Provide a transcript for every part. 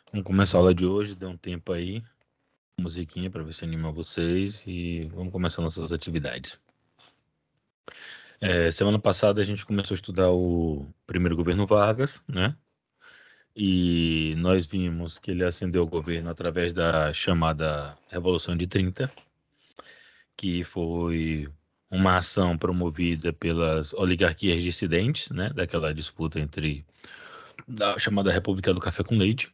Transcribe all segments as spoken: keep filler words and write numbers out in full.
Vamos começar a aula de hoje, dê um tempo aí, musiquinha para ver se anima vocês e vamos começar nossas atividades. É, semana passada a gente começou a estudar o primeiro governo Vargas, né? E nós vimos que ele ascendeu ao governo através da chamada Revolução de trinta, que foi uma ação promovida pelas oligarquias dissidentes, né? Daquela disputa entre a chamada República do Café com Leite.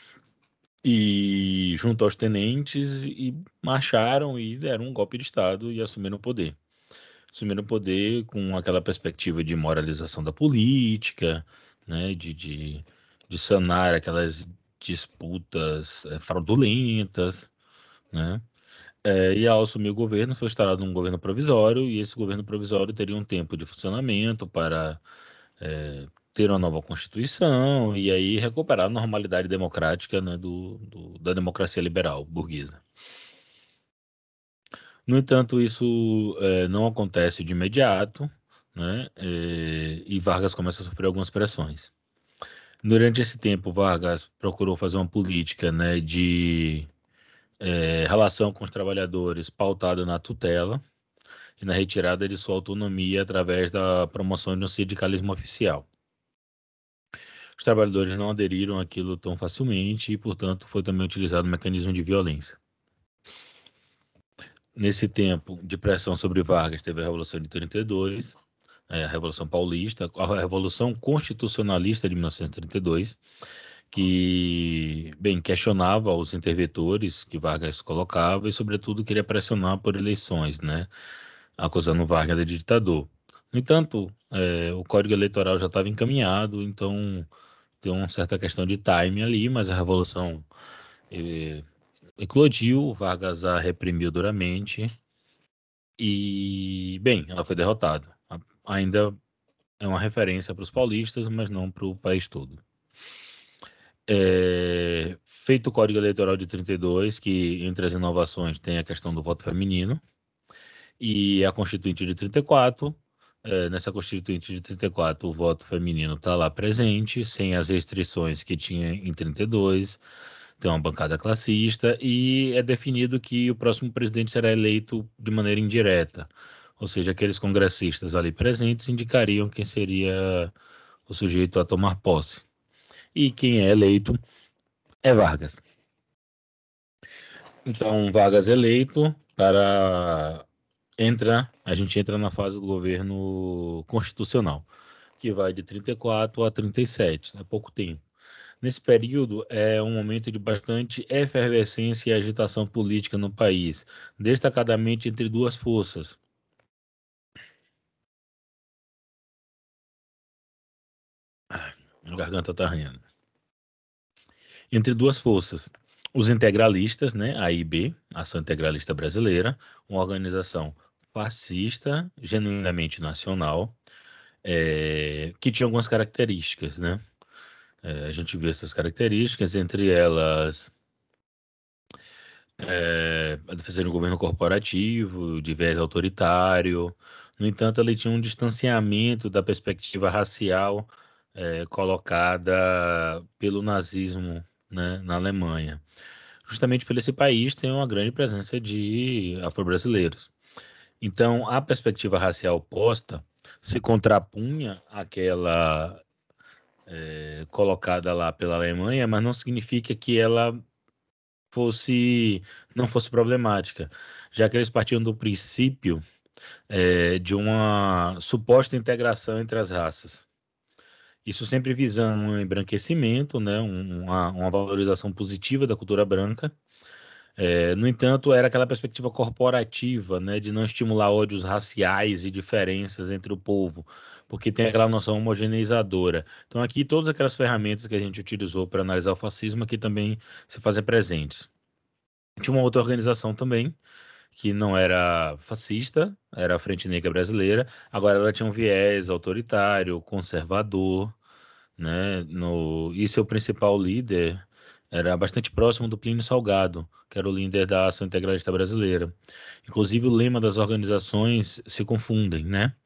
E juntou aos tenentes e marcharam e deram um golpe de Estado e assumiram o poder. Assumiram o poder com aquela perspectiva de moralização da política, né, de, de, de sanar aquelas disputas é, fraudulentas, né? É, e ao assumir o governo, foi instalado um governo provisório, e esse governo provisório teria um tempo de funcionamento para é, ter uma nova Constituição e aí recuperar a normalidade democrática, né, do, do- da democracia liberal burguesa. No entanto, isso é, não acontece de imediato, né, é, e Vargas começa a sofrer algumas pressões. Durante esse tempo, Vargas procurou fazer uma política, né, de é, relação com os trabalhadores pautada na tutela e na retirada de sua autonomia através da promoção de um sindicalismo oficial. Os trabalhadores não aderiram àquilo tão facilmente e, portanto, foi também utilizado um mecanismo de violência. Nesse tempo de pressão sobre Vargas, teve a Revolução de trinta e dois, é, a Revolução Paulista, a Revolução Constitucionalista de mil novecentos e trinta e dois, que, bem, questionava os interventores que Vargas colocava e, sobretudo, queria pressionar por eleições, né, acusando Vargas de ditador. No entanto, é, o Código Eleitoral já estava encaminhado, então tem uma certa questão de time ali, mas a Revolução eh, eclodiu, Vargas a reprimiu duramente e, bem, ela foi derrotada. A- Ainda é uma referência para os paulistas, mas não para o país todo. É, feito o Código Eleitoral de trinta e dois, que entre as inovações tem a questão do voto feminino, e a Constituinte de trinta e quatro. É, nessa Constituinte de trinta e quatro, o voto feminino está lá presente, sem as restrições que tinha em trinta e dois. Tem uma bancada classista e é definido que o próximo presidente será eleito de maneira indireta, ou seja, aqueles congressistas ali presentes indicariam quem seria o sujeito a tomar posse. E quem é eleito é Vargas. Então, Vargas eleito para entra, a gente entra na fase do governo constitucional, que vai de trinta e quatro a trinta e sete, é pouco tempo. Nesse período é um momento de bastante efervescência e agitação política no país, destacadamente entre duas forças. A garganta tá arranhando. Entre duas forças. Os integralistas, né, A I B, Ação Integralista Brasileira, uma organização fascista, genuinamente nacional, é, que tinha algumas características, né? É, a gente vê essas características, entre elas é, a defesa de um governo corporativo, de viés autoritário. No entanto, ele tinha um distanciamento da perspectiva racial é, colocada pelo nazismo, né, na Alemanha. Justamente por esse país tem uma grande presença de afro-brasileiros. Então, a perspectiva racial posta se contrapunha àquela é, colocada lá pela Alemanha, mas não significa que ela fosse não fosse problemática, já que eles partiam do princípio é, de uma suposta integração entre as raças. Isso sempre visando um embranquecimento, né, um- uma, uma valorização positiva da cultura branca. É, no entanto, era aquela perspectiva corporativa, né, de não estimular ódios raciais e diferenças entre o povo, porque tem aquela noção homogeneizadora. Então, aqui, todas aquelas ferramentas que a gente utilizou para analisar o fascismo aqui também se fazem presentes. Tinha uma outra organização também, que não era fascista, era a Frente Negra Brasileira, agora ela tinha um viés autoritário, conservador, né? No, e seu principal líder era bastante próximo do Plínio Salgado, que era o líder da Ação Integralista Brasileira. Inclusive, o lema das organizações se confundem, né?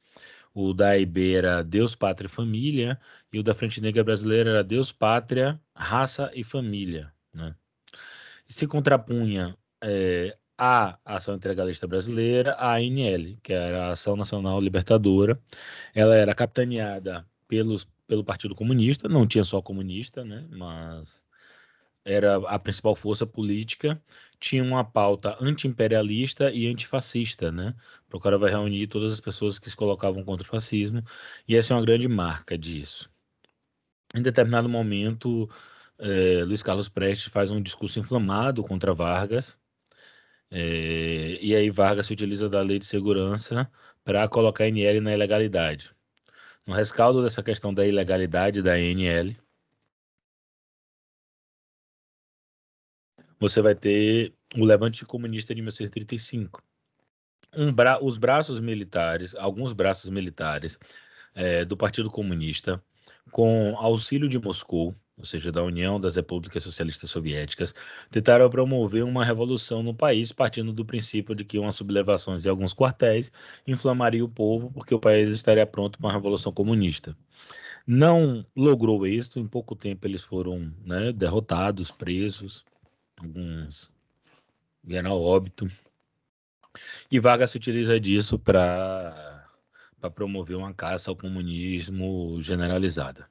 O da A I B era Deus, Pátria e Família, e o da Frente Negra Brasileira era Deus, Pátria, Raça e Família, né? E se contrapunha é, a Ação Integralista Brasileira, a ANL, que era a Ação Nacional Libertadora. Ela era capitaneada pelos, pelo Partido Comunista, não tinha só comunista, né? Mas era a principal força política, tinha uma pauta anti-imperialista e antifascista, né? Procurava reunir todas as pessoas que se colocavam contra o fascismo, e essa é uma grande marca disso. Em determinado momento, eh, Luiz Carlos Prestes faz um discurso inflamado contra Vargas, eh, e aí Vargas se utiliza da lei de segurança para colocar a A N L na ilegalidade. No rescaldo dessa questão da ilegalidade da A N L, você vai ter o Levante Comunista de mil novecentos e trinta e cinco. Um bra os braços militares, alguns braços militares é, do Partido Comunista, com auxílio de Moscou, ou seja, da União das Repúblicas Socialistas Soviéticas, tentaram promover uma revolução no país, partindo do princípio de que umas sublevações em alguns quartéis inflamaria o povo, porque o país estaria pronto para uma revolução comunista. Não logrou êxito, em pouco tempo eles foram, né, derrotados, presos, alguns vieram a óbito. E Vargas se utiliza disso para para promover uma caça ao comunismo generalizada.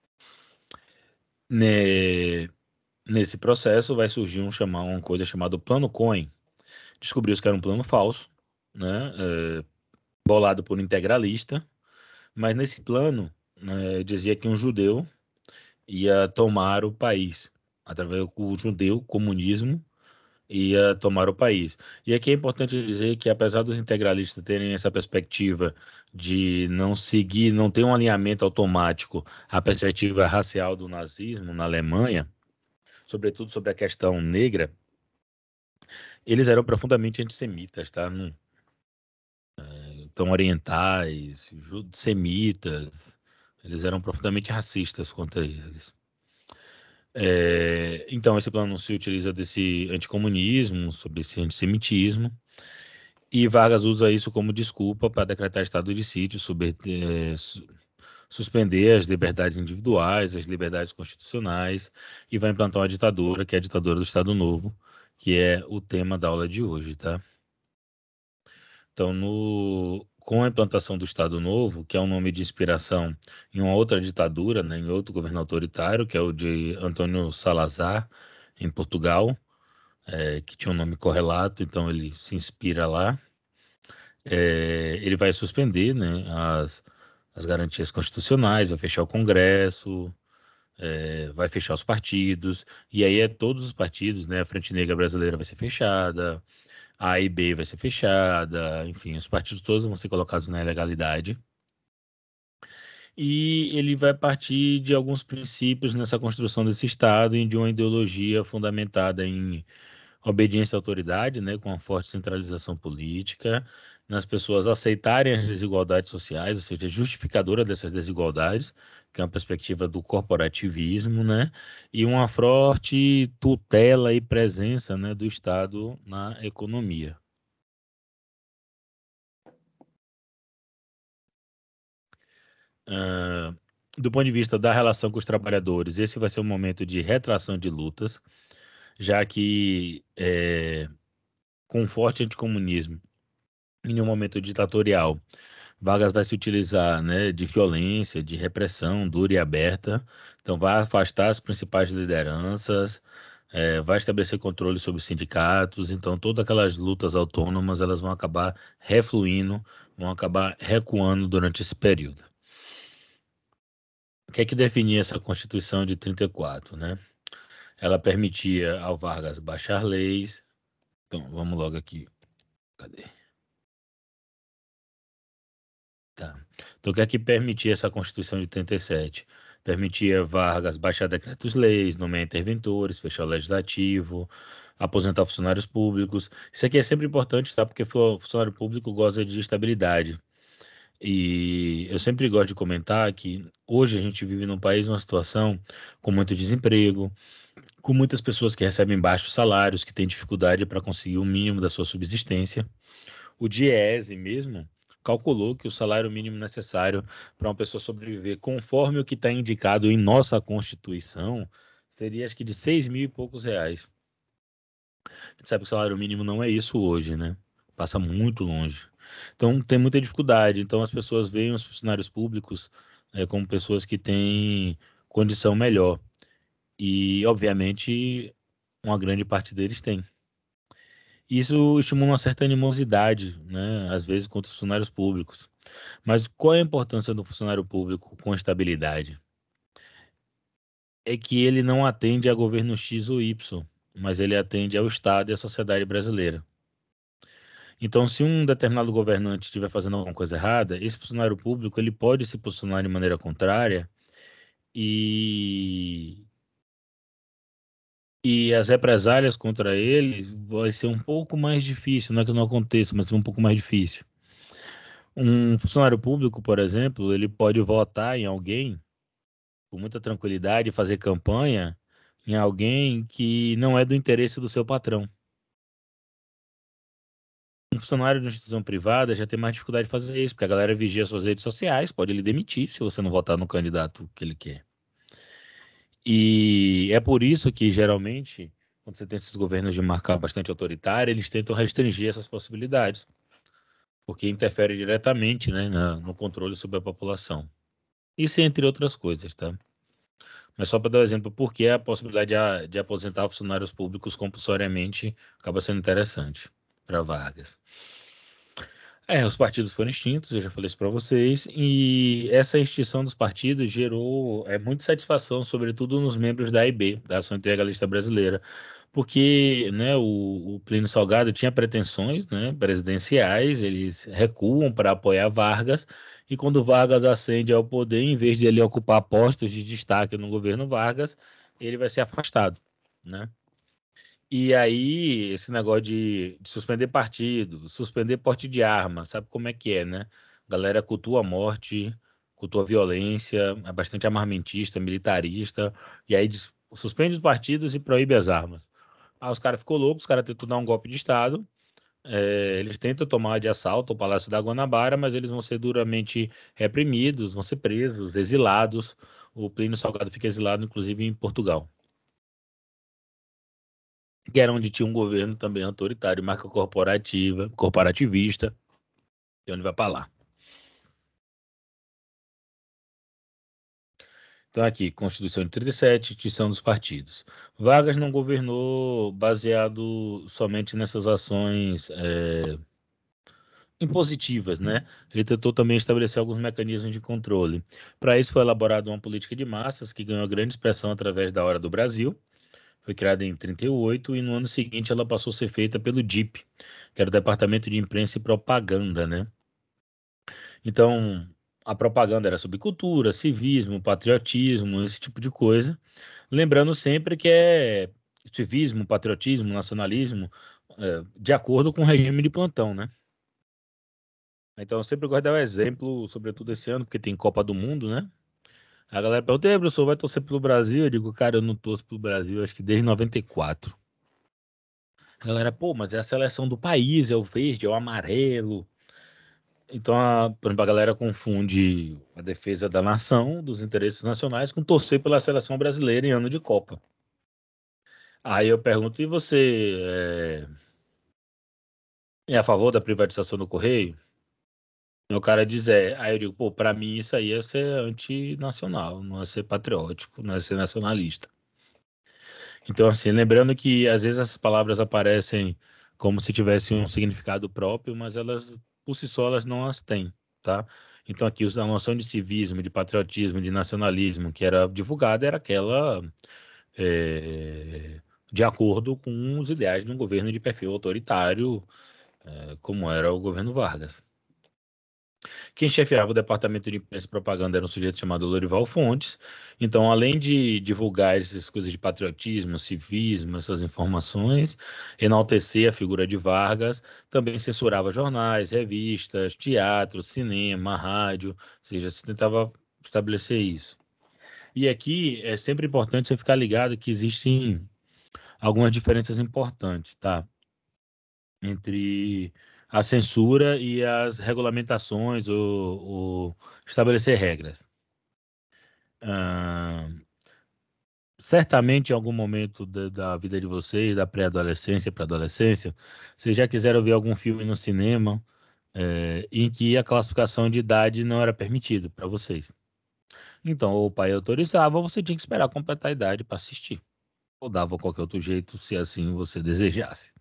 Ne, nesse processo vai surgir um chamar, uma coisa chamada Plano Cohen. Descobriu-se que era um plano falso, né, é, bolado por um integralista, mas nesse plano né, dizia que um judeu ia tomar o país através do judeu comunismo ia tomar o país. E aqui é importante dizer que, apesar dos integralistas terem essa perspectiva de não seguir, não ter um alinhamento automático à perspectiva racial do nazismo na Alemanha, sobretudo sobre a questão negra, eles eram profundamente antissemitas, tá? Não, então, orientais, semitas, eles eram profundamente racistas contra eles. É, então, esse plano se utiliza desse anticomunismo, sobre esse antissemitismo, e Vargas usa isso como desculpa para decretar estado de sítio, subver- eh, su- suspender as liberdades individuais, as liberdades constitucionais, e vai implantar uma ditadura, que é a ditadura do Estado Novo, que é o tema da aula de hoje, tá? Então, no, com a implantação do Estado Novo, que é um nome de inspiração em uma outra ditadura, né, em outro governo autoritário, que é o de Antônio Salazar, em Portugal, eh, que tinha um nome correlato, então ele se inspira lá. É, ele vai suspender, né, as, as garantias constitucionais, vai fechar o Congresso, é, vai fechar os partidos, e aí é todos os partidos, né, a Frente Negra Brasileira vai ser fechada, a A I B vai ser fechada, enfim, os partidos todos vão ser colocados na ilegalidade. E ele vai partir de alguns princípios nessa construção desse Estado e de uma ideologia fundamentada em obediência à autoridade, né, com uma forte centralização política, nas pessoas aceitarem as desigualdades sociais, ou seja, justificadora dessas desigualdades, que é uma perspectiva do corporativismo, né, e uma forte tutela e presença, né, do Estado na economia. Ah, do ponto de vista da relação com os trabalhadores, esse vai ser um momento de retração de lutas, já que é, com um forte anticomunismo, em um momento ditatorial, Vargas vai se utilizar, né, de violência, de repressão dura e aberta. Então, vai afastar as principais lideranças, eh, vai estabelecer controle sobre os sindicatos. Então, todas aquelas lutas autônomas, elas vão acabar refluindo, vão acabar recuando durante esse período. O que é que definia essa Constituição de trinta e quatro, né? Ela permitia ao Vargas baixar leis. Então, vamos logo aqui. Cadê? Tá. Então, o que é que permitia essa Constituição de trinta e sete? Permitia Vargas baixar decretos-leis, nomear interventores, fechar o legislativo, aposentar funcionários públicos. Isso aqui é sempre importante, tá? Porque fu- funcionário público goza de estabilidade. E eu sempre gosto de comentar que hoje a gente vive num país, numa situação com muito desemprego, com muitas pessoas que recebem baixos salários, que têm dificuldade para conseguir o mínimo da sua subsistência. O DIEESE mesmo calculou que o salário mínimo necessário para uma pessoa sobreviver, conforme o que está indicado em nossa Constituição, seria acho que de seis mil e poucos reais. A gente sabe que o salário mínimo não é isso hoje, né? Passa muito longe. Então tem muita dificuldade. Então as pessoas veem os funcionários públicos é, como pessoas que têm condição melhor. E, obviamente, uma grande parte deles tem. Isso estimula uma certa animosidade, né? Às vezes contra os funcionários públicos. Mas qual é a importância do funcionário público com estabilidade? É que ele não atende a governo X ou Y, mas ele atende ao Estado e à sociedade brasileira. Então, se um determinado governante estiver fazendo alguma coisa errada, esse funcionário público ele pode se posicionar de maneira contrária e, e as represálias contra eles vai ser um pouco mais difícil, não é que não aconteça, mas é um pouco mais difícil. Um funcionário público, por exemplo, ele pode votar em alguém com muita tranquilidade, e fazer campanha em alguém que não é do interesse do seu patrão. Um funcionário de uma instituição privada já tem mais dificuldade de fazer isso, porque a galera vigia suas redes sociais, pode ele demitir se você não votar no candidato que ele quer. E é por isso que, geralmente, quando você tem esses governos de marca bastante autoritária, eles tentam restringir essas possibilidades, porque interfere diretamente, né, na- no controle sobre a população. Isso entre outras coisas, tá? Mas só para dar um exemplo, por que a possibilidade de, a- de aposentar funcionários públicos compulsoriamente acaba sendo interessante para Vargas. É, os partidos foram extintos, eu já falei isso para vocês, e essa extinção dos partidos gerou é, muita satisfação, sobretudo nos membros da A I B, da Ação Integralista Brasileira, porque né, o, o Plínio Salgado tinha pretensões né, presidenciais, eles recuam para apoiar Vargas, e quando Vargas ascende ao poder, em vez de ele ocupar postos de destaque no governo Vargas, ele vai ser afastado, né? E aí, esse negócio de, de suspender partido, suspender porte de arma, sabe como é que é, né? A galera cultua a morte, cultua a violência, é bastante armamentista, militarista, e aí diz- suspende os partidos e proíbe as armas. Aí os caras ficou loucos, os caras tentam dar um golpe de Estado, é, eles tentam tomar de assalto o Palácio da Guanabara, mas eles vão ser duramente reprimidos, vão ser presos, exilados. O Plínio Salgado fica exilado, inclusive, em Portugal, que era onde tinha um governo também autoritário, marca corporativa, corporativista, e onde vai para lá. Então, aqui, Constituição de trinta e sete, extinção dos partidos. Vargas não governou baseado somente nessas ações é, impositivas, né? Ele tentou também estabelecer alguns mecanismos de controle. Para isso, foi elaborada uma política de massas que ganhou grande expressão através da Hora do Brasil. Foi criada em trinta e oito e no ano seguinte ela passou a ser feita pelo D I P, que era o Departamento de Imprensa e Propaganda, né? Então, a propaganda era sobre cultura, civismo, patriotismo, esse tipo de coisa. Lembrando sempre que é civismo, patriotismo, nacionalismo, é, de acordo com o regime de plantão, né? Então, eu sempre gosto de dar um exemplo, sobretudo esse ano, porque tem Copa do Mundo, né? A galera pergunta, e aí, professor, vai torcer pelo Brasil? Eu digo, cara, eu não torço pelo Brasil, acho que desde noventa e quatro. A galera, pô, mas é a seleção do país, é o verde, é o amarelo. Então, a, por exemplo, a galera confunde a defesa da nação, dos interesses nacionais, com torcer pela seleção brasileira em ano de Copa. Aí eu pergunto, e você é, é a favor da privatização do Correio? E o cara diz é. Aí eu digo, pô, pra mim isso aí é ser antinacional, não é ser patriótico, não é ser nacionalista. Então, assim, lembrando que às vezes essas palavras aparecem como se tivessem um significado próprio, mas elas, por si só, elas não as têm, tá? Então, aqui a noção de civismo, de patriotismo, de nacionalismo que era divulgada era aquela é, de acordo com os ideais de um governo de perfil autoritário, é, como era o governo Vargas. Quem chefiava o departamento de imprensa e propaganda era um sujeito chamado Lorival Fontes. Então, além de divulgar essas coisas de patriotismo, civismo, essas informações, enaltecer a figura de Vargas, também censurava jornais, revistas, teatro, cinema, rádio, ou seja, se tentava estabelecer isso. E aqui é sempre importante você ficar ligado que existem algumas diferenças importantes, tá? Entre a censura e as regulamentações, ou, ou estabelecer regras. Ah, certamente, em algum momento da, da vida de vocês, da pré-adolescência para a adolescência, vocês já quiseram ver algum filme no cinema é, em que a classificação de idade não era permitida para vocês. Então, ou o pai autorizava, ou você tinha que esperar completar a idade para assistir. Ou dava qualquer outro jeito, se assim você desejasse.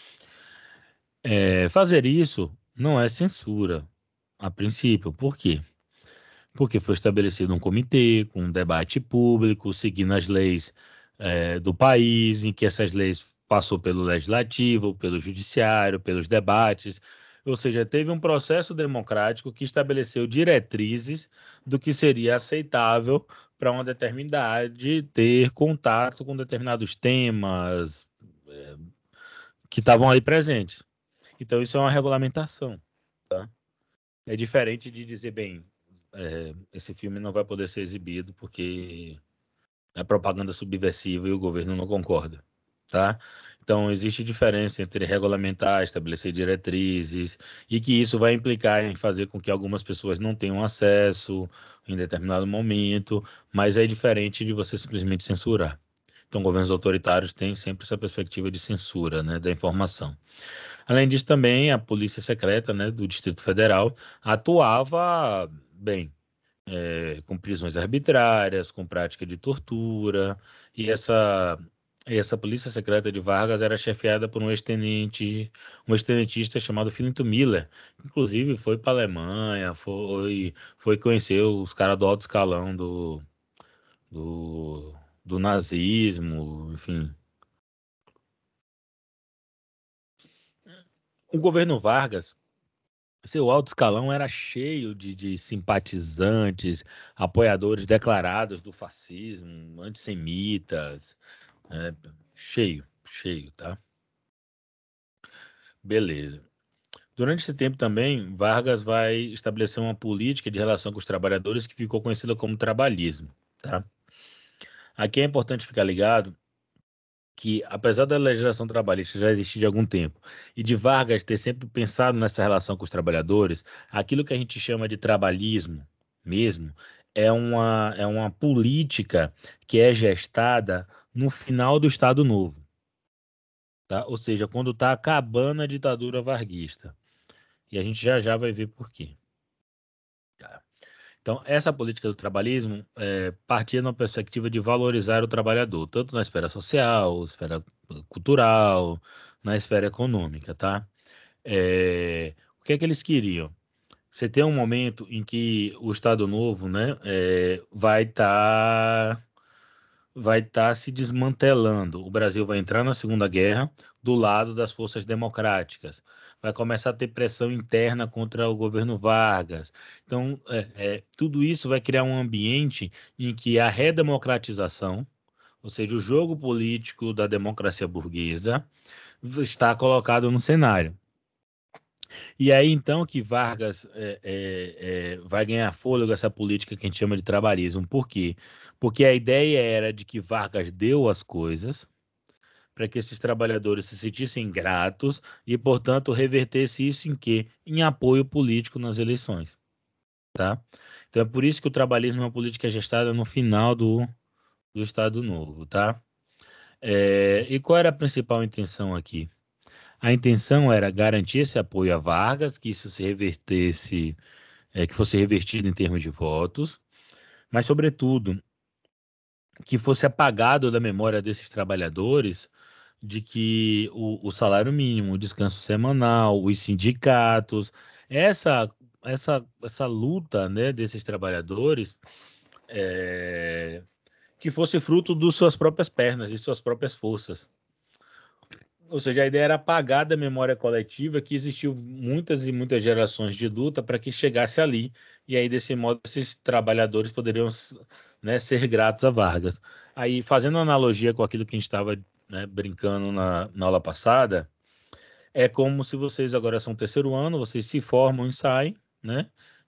É, fazer isso não é censura, a princípio. Por quê? Porque foi estabelecido um comitê com um debate público, seguindo as leis eh, do país, em que essas leis passou pelo legislativo, pelo judiciário, pelos debates, ou seja, teve um processo democrático que estabeleceu diretrizes do que seria aceitável para uma determinada idade ter contato com determinados temas eh, que estavam aí presentes. Então, isso é uma regulamentação. É diferente de dizer, bem, é, esse filme não vai poder ser exibido porque é propaganda subversiva e o governo não concorda, tá? Então, existe diferença entre regulamentar, estabelecer diretrizes, e que isso vai implicar em fazer com que algumas pessoas não tenham acesso em determinado momento, mas é diferente de você simplesmente censurar. Então, governos autoritários têm sempre essa perspectiva de censura, né, da informação. Além disso, também a Polícia Secreta, né, do Distrito Federal atuava bem, é, com prisões arbitrárias, com prática de tortura, e essa essa Polícia Secreta de Vargas era chefiada por um ex-tenente, um ex-tenentista chamado Filinto Miller, que inclusive foi para a Alemanha, foi foi conhecer os caras do alto escalão do, do do nazismo, enfim. O governo Vargas, seu alto escalão era cheio de, de simpatizantes, apoiadores declarados do fascismo, antissemitas, é, cheio, cheio, tá? Beleza. Durante esse tempo também, Vargas vai estabelecer uma política de relação com os trabalhadores que ficou conhecida como trabalhismo, tá? Aqui é importante ficar ligado que, apesar da legislação trabalhista já existir de algum tempo e de Vargas ter sempre pensado nessa relação com os trabalhadores, aquilo que a gente chama de trabalhismo mesmo é uma, é uma política que é gestada no final do Estado Novo, tá? Ou seja, quando está acabando a ditadura varguista. E a gente já já vai ver por quê. Tá? Então, essa política do trabalhismo é, partia numa perspectiva de valorizar o trabalhador, tanto na esfera social, esfera cultural, na esfera econômica, tá? É, o que é que eles queriam? Você tem um momento em que o Estado Novo, né, é, vai estar vai estar se desmantelando. O Brasil vai entrar na Segunda Guerra do lado das forças democráticas. Vai começar a ter pressão interna contra o governo Vargas. Então, é, é, tudo isso vai criar um ambiente em que a redemocratização, ou seja, o jogo político da democracia burguesa, está colocado no cenário. E aí, então, que Vargas é, é, é, vai ganhar fôlego essa política que a gente chama de trabalhismo. Por quê? Porque a ideia era de que Vargas deu as coisas para que esses trabalhadores se sentissem gratos e, portanto, revertesse isso em quê? Em apoio político nas eleições, tá? Então é por isso que o trabalhismo é uma política gestada no final do, do Estado Novo, tá? É, e qual era a principal intenção aqui? A intenção era garantir esse apoio a Vargas, que isso se revertesse, é, que fosse revertido em termos de votos, mas, sobretudo, que fosse apagado da memória desses trabalhadores de que o, o salário mínimo, o descanso semanal, os sindicatos, essa, essa, essa luta, né, desses trabalhadores, é, que fosse fruto de suas próprias pernas e suas próprias forças. Ou seja, a ideia era apagar da memória coletiva que existiu muitas e muitas gerações de luta para que chegasse ali. E aí, desse modo, esses trabalhadores poderiam, né, ser gratos a Vargas. Aí, fazendo analogia com aquilo que a gente estava, né, brincando na, na aula passada, é como se vocês agora são terceiro ano, vocês se formam e saem, né?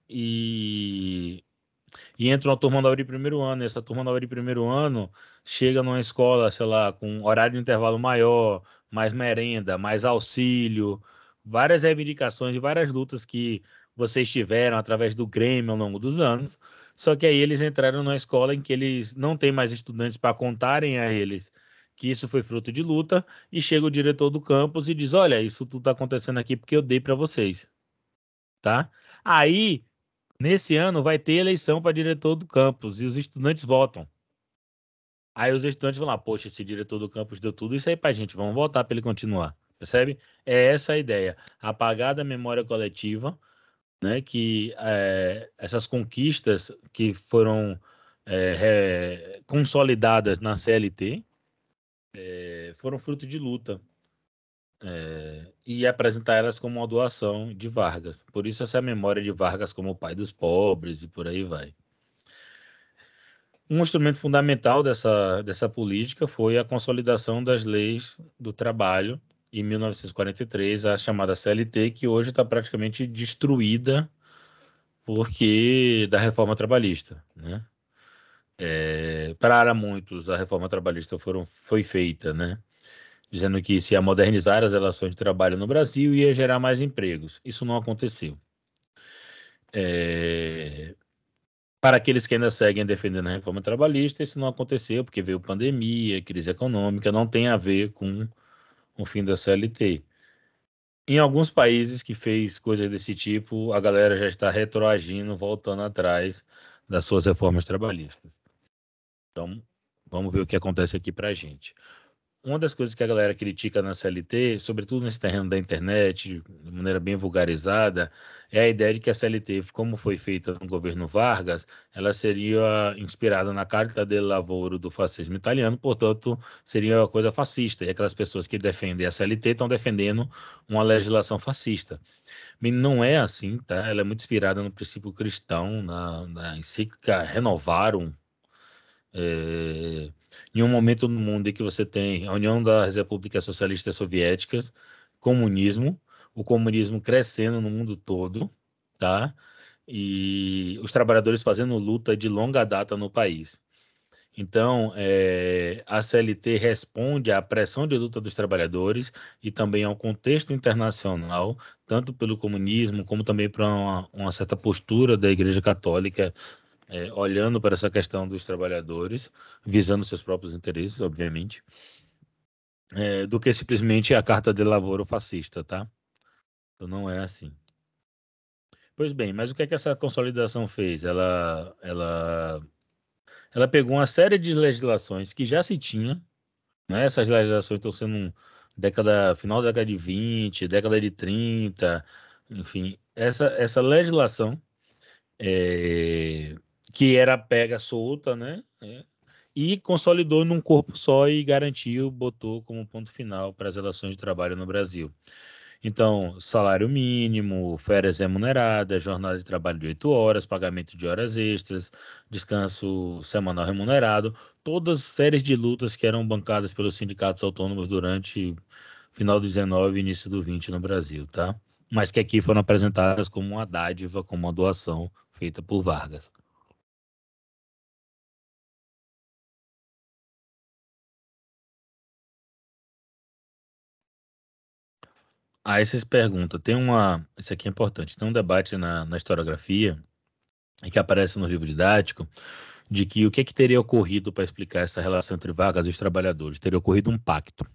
E e entra uma turma nova de primeiro ano. E essa turma nova de primeiro ano chega numa escola, sei lá, com horário de intervalo maior, mais merenda, mais auxílio, várias reivindicações e várias lutas que vocês tiveram através do Grêmio ao longo dos anos, só que aí eles entraram numa escola em que eles não têm mais estudantes para contarem a eles que isso foi fruto de luta, e chega o diretor do campus e diz: olha, isso tudo está acontecendo aqui porque eu dei para vocês, tá? Aí, nesse ano, vai ter eleição para diretor do campus e os estudantes votam. Aí os estudantes vão lá: poxa, esse diretor do campus deu tudo isso aí pra gente, vamos votar para ele continuar. Percebe? É essa a ideia. Apagar da memória coletiva, né, que é, essas conquistas que foram é, re- consolidadas na C L T é, foram fruto de luta, é, e apresentar elas como uma doação de Vargas. Por isso essa memória de Vargas como o pai dos pobres e por aí vai. Um instrumento fundamental dessa, dessa política foi a consolidação das leis do trabalho em mil novecentos e quarenta e três, a chamada C L T, que hoje está praticamente destruída porque da reforma trabalhista, né? É, para muitos, a reforma trabalhista foram, foi feita, né, dizendo que se ia modernizar as relações de trabalho no Brasil e ia gerar mais empregos. Isso não aconteceu. É, para aqueles que ainda seguem defendendo a reforma trabalhista, isso não aconteceu porque veio pandemia, crise econômica, não tem a ver com o fim da C L T. Em alguns países que fez coisas desse tipo, a galera já está retroagindo, voltando atrás das suas reformas trabalhistas. Então, vamos ver o que acontece aqui para a gente. Uma das coisas que a galera critica na C L T, sobretudo nesse terreno da internet, de maneira bem vulgarizada, é a ideia de que a C L T, como foi feita no governo Vargas, ela seria inspirada na Carta del Lavoro do fascismo italiano, portanto, seria uma coisa fascista. E aquelas pessoas que defendem a C L T estão defendendo uma legislação fascista. Bem, não é assim, tá? Ela é muito inspirada no princípio cristão, na, na encíclica Renovarum, é, em um momento no mundo em que você tem a União das Repúblicas Socialistas Soviéticas, comunismo, o comunismo crescendo no mundo todo, tá? E os trabalhadores fazendo luta de longa data no país. Então, é, a C L T responde à pressão de luta dos trabalhadores e também ao contexto internacional, tanto pelo comunismo como também para uma, uma certa postura da Igreja Católica, é, olhando para essa questão dos trabalhadores, visando seus próprios interesses, obviamente, é, do que simplesmente a Carta de Lavoro fascista, tá? Então não é assim. Pois bem, mas o que é que essa consolidação fez? Ela, ela, ela pegou uma série de legislações que já se tinha, né? Essas legislações estão sendo década, final da década de vinte, década de trinta, enfim, essa, essa legislação é, que era pega solta, né? É, e consolidou num corpo só e garantiu, botou como ponto final para as relações de trabalho no Brasil. Então, salário mínimo, férias remuneradas, jornada de trabalho de oito horas, pagamento de horas extras, descanso semanal remunerado, todas séries de lutas que eram bancadas pelos sindicatos autônomos durante o final do dezenove e início do vinte no Brasil, tá? Mas que aqui foram apresentadas como uma dádiva, como uma doação feita por Vargas. Aí vocês perguntam, tem uma, isso aqui é importante, tem um debate na, na historiografia, e que aparece no livro didático, de que o que, que teria ocorrido para explicar essa relação entre Vargas e os trabalhadores? Teria ocorrido um pacto.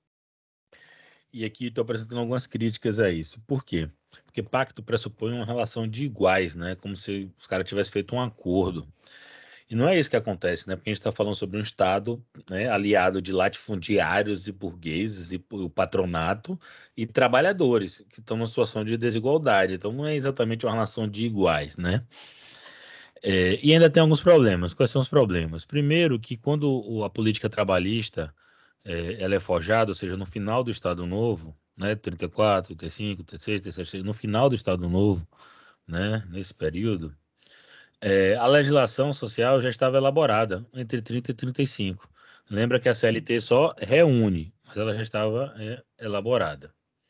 E aqui estou apresentando algumas críticas a isso. Por quê? Porque pacto pressupõe uma relação de iguais, né? Como se os caras tivessem feito um acordo. E não é isso que acontece, né? Porque a gente está falando sobre um Estado, né, aliado de latifundiários e burgueses e o patronato e trabalhadores que estão numa situação de desigualdade. Então não é exatamente uma relação de iguais, né? É, e ainda tem alguns problemas. Quais são os problemas? Primeiro, que quando o- a política trabalhista é, ela é forjada, ou seja, no final do Estado Novo, né, trinta e quatro, trinta e cinco, trinta e seis, trinta e sete, no final do Estado Novo, né, nesse período, é, a legislação social já estava elaborada entre trinta e trinta e cinco. Lembra que a C L T só reúne, mas ela já estava é, elaborada.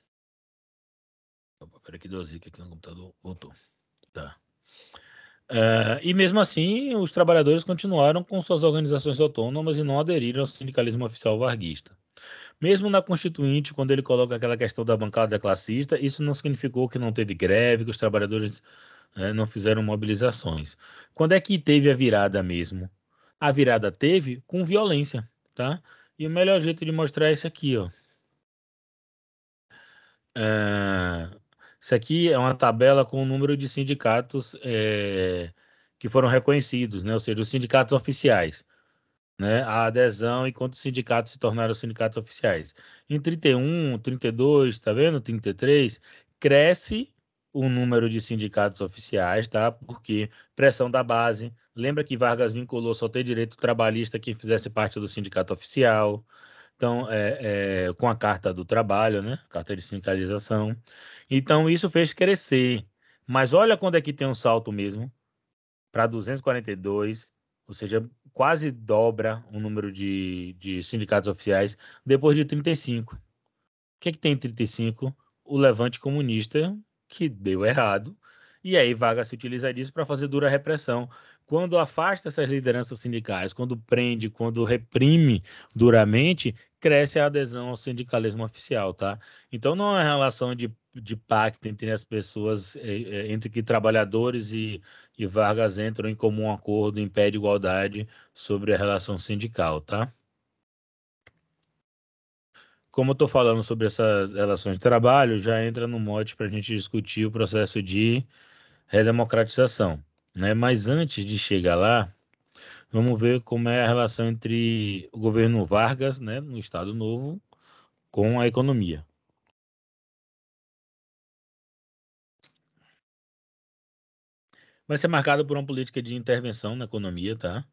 Opa, peraí que deu zica aqui no computador. Voltou. Tá. É, e mesmo assim, os trabalhadores continuaram com suas organizações autônomas e não aderiram ao sindicalismo oficial varguista. Mesmo na Constituinte, quando ele coloca aquela questão da bancada classista, isso não significou que não teve greve, que os trabalhadores, né, não fizeram mobilizações. Quando é que teve a virada mesmo? A virada teve com violência, tá? E o melhor jeito de mostrar é isso aqui, ó. É, Isso aqui é uma tabela com o número de sindicatos é, que foram reconhecidos, né? Ou seja, os sindicatos oficiais, né? A adesão e quantos sindicatos se tornaram sindicatos oficiais. Em trinta e um, trinta e dois, tá vendo? trinta e três, cresce o número de sindicatos oficiais, tá? Porque pressão da base. Lembra que Vargas vinculou só ter direito trabalhista quem fizesse parte do sindicato oficial. Então, é, é, com a Carta do Trabalho, né? Carta de sindicalização. Então, isso fez crescer. Mas olha quando é que tem um salto mesmo para duzentos e quarenta e dois, ou seja, quase dobra o número de, de sindicatos oficiais depois de trinta e cinco. O que é que tem em trinta e cinco? O levante comunista, que deu errado, e aí Vargas se utiliza disso para fazer dura repressão. Quando afasta essas lideranças sindicais, quando prende, quando reprime duramente, cresce a adesão ao sindicalismo oficial, tá? Então não é uma relação de, de pacto entre as pessoas, eh, eh, entre que trabalhadores e, e Vargas entram em comum acordo em pé de igualdade sobre a relação sindical, tá? Como eu estou falando sobre essas relações de trabalho, já entra no mote para a gente discutir o processo de redemocratização, né? Mas antes de chegar lá, vamos ver como é a relação entre o governo Vargas, né, no Estado Novo, com a economia. Vai ser marcado por uma política de intervenção na economia, tá?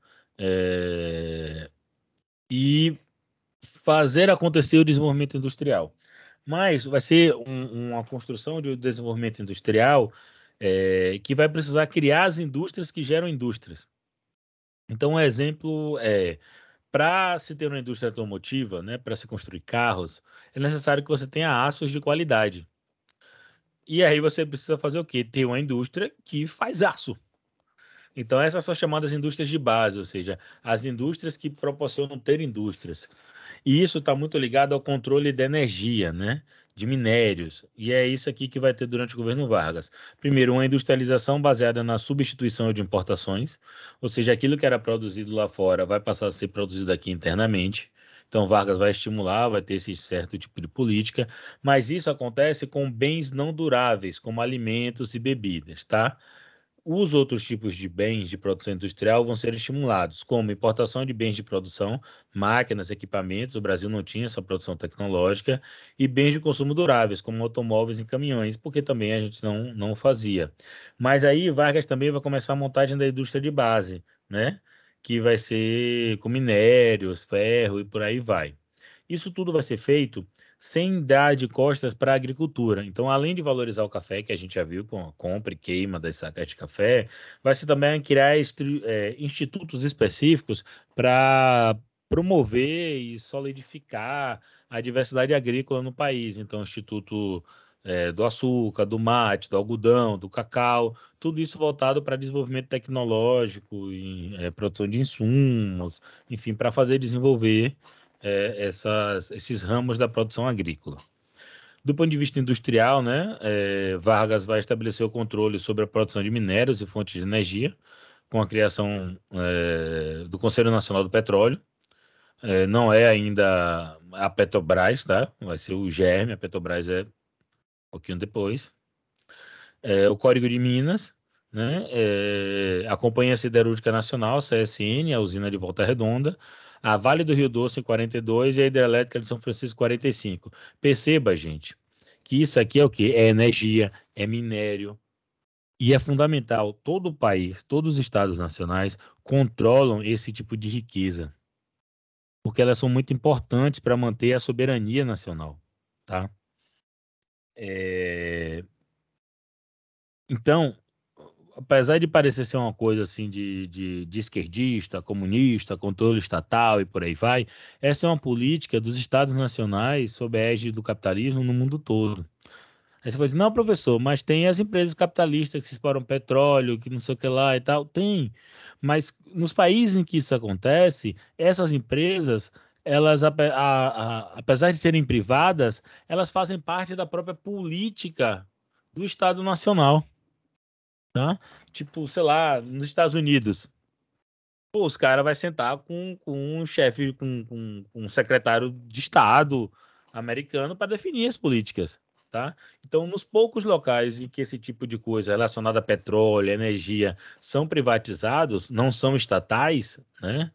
É, E fazer acontecer o desenvolvimento industrial. Mas vai ser um- uma construção de desenvolvimento industrial é, que vai precisar criar as indústrias que geram indústrias. Então, um exemplo é, para se ter uma indústria automotiva, né, para se construir carros, é necessário que você tenha aços de qualidade. E aí você precisa fazer o quê? Ter uma indústria que faz aço. Então, essas são chamadas indústrias de base, ou seja, as indústrias que proporcionam ter indústrias. E isso está muito ligado ao controle da energia, né? De minérios. E é isso aqui que vai ter durante o governo Vargas. Primeiro, uma industrialização baseada na substituição de importações, ou seja, aquilo que era produzido lá fora vai passar a ser produzido aqui internamente. Então, Vargas vai estimular, vai ter esse certo tipo de política, mas isso acontece com bens não duráveis, como alimentos e bebidas, tá? Os outros tipos de bens de produção industrial vão ser estimulados, como importação de bens de produção, máquinas, equipamentos, o Brasil não tinha essa produção tecnológica, e bens de consumo duráveis, como automóveis e caminhões, porque também a gente não, não fazia. Mas aí Vargas também vai começar a montagem da indústria de base, né? Que vai ser com minérios, ferro e por aí vai. Isso tudo vai ser feito sem dar de costas para a agricultura. Então, além de valorizar o café, que a gente já viu com a compra e queima das sacas de café, vai se também criar estri- eh, institutos específicos para promover e solidificar a diversidade agrícola no país. Então, Instituto eh, do Açúcar, do Mate, do Algodão, do Cacau, tudo isso voltado para desenvolvimento tecnológico e eh, produção de insumos, enfim, para fazer desenvolver é, essas, esses ramos da produção agrícola. Do ponto de vista industrial, né, é, Vargas vai estabelecer o controle sobre a produção de minérios e fontes de energia, com a criação é, do Conselho Nacional do Petróleo. É, não é ainda a Petrobras, tá? Vai ser o GERM, a Petrobras é um pouquinho depois. É, o Código de Minas, né? É, a Companhia Siderúrgica Nacional, C S N, a usina de Volta Redonda, a Vale do Rio Doce em quarenta e dois e a Hidrelétrica de São Francisco em quarenta e cinco. Perceba, gente, que isso aqui é o quê? É energia, é minério, e é fundamental. Todo o país, todos os estados nacionais controlam esse tipo de riqueza, porque elas são muito importantes para manter a soberania nacional, tá? É, Então, apesar de parecer ser uma coisa assim de, de, de esquerdista, comunista, controle estatal e por aí vai, essa é uma política dos estados nacionais sob a égide do capitalismo no mundo todo. Aí você vai dizer, não, professor, mas tem as empresas capitalistas que exploram petróleo, que não sei o que lá e tal. Tem. Mas nos países em que isso acontece, essas empresas elas, ape- a- a- apesar de serem privadas, elas fazem parte da própria política do Estado Nacional, tá? Tipo, sei lá, nos Estados Unidos, pô, os caras vai sentar com, com um chefe, com, com, com um secretário de Estado americano para definir as políticas, tá? Então, nos poucos locais em que esse tipo de coisa relacionada a petróleo, energia, são privatizados, não são estatais, né?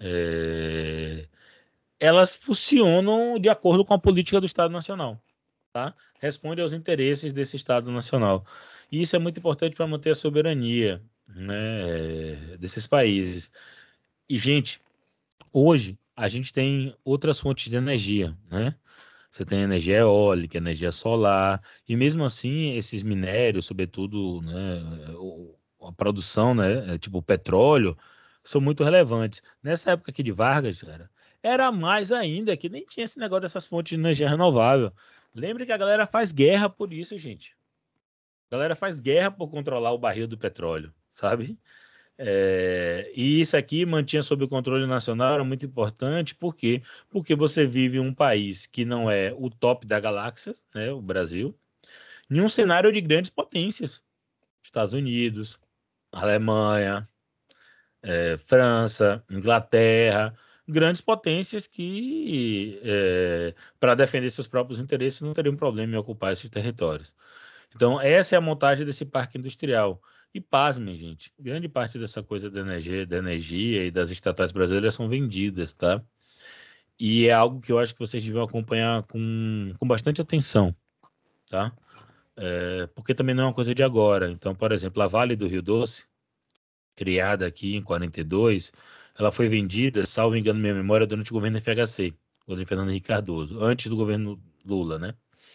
É, elas funcionam de acordo com a política do Estado Nacional, tá? Responde aos interesses desse Estado Nacional. E isso é muito importante para manter a soberania, né, desses países. E, gente, hoje a gente tem outras fontes de energia, né? Você tem energia eólica, energia solar, e mesmo assim esses minérios, sobretudo, né, o- a produção, né, é, tipo o petróleo, são muito relevantes. Nessa época aqui de Vargas, cara, era mais ainda, que nem tinha esse negócio dessas fontes de energia renovável. Lembre que a galera faz guerra por isso, gente. A galera faz guerra por controlar o barril do petróleo, sabe? É, e isso aqui mantinha sob o controle nacional, era muito importante, por quê? Porque você vive em um país que não é o top da galáxia, né, o Brasil, em um cenário de grandes potências, Estados Unidos, Alemanha, é, França, Inglaterra, grandes potências que, para defender seus próprios interesses, não teriam problema em ocupar esses territórios. Então, essa é a montagem desse parque industrial. E pasmem, gente, grande parte dessa coisa da energia, da energia e das estatais brasileiras são vendidas, tá? E é algo que eu acho que vocês deviam acompanhar com, com bastante atenção, tá? É, porque também não é uma coisa de agora. Então, por exemplo, a Vale do Rio Doce, criada aqui em quarenta e dois, ela foi vendida, salvo engano, minha memória, durante o governo F H C, governo Fernando Henrique Cardoso, antes do governo Lula, né?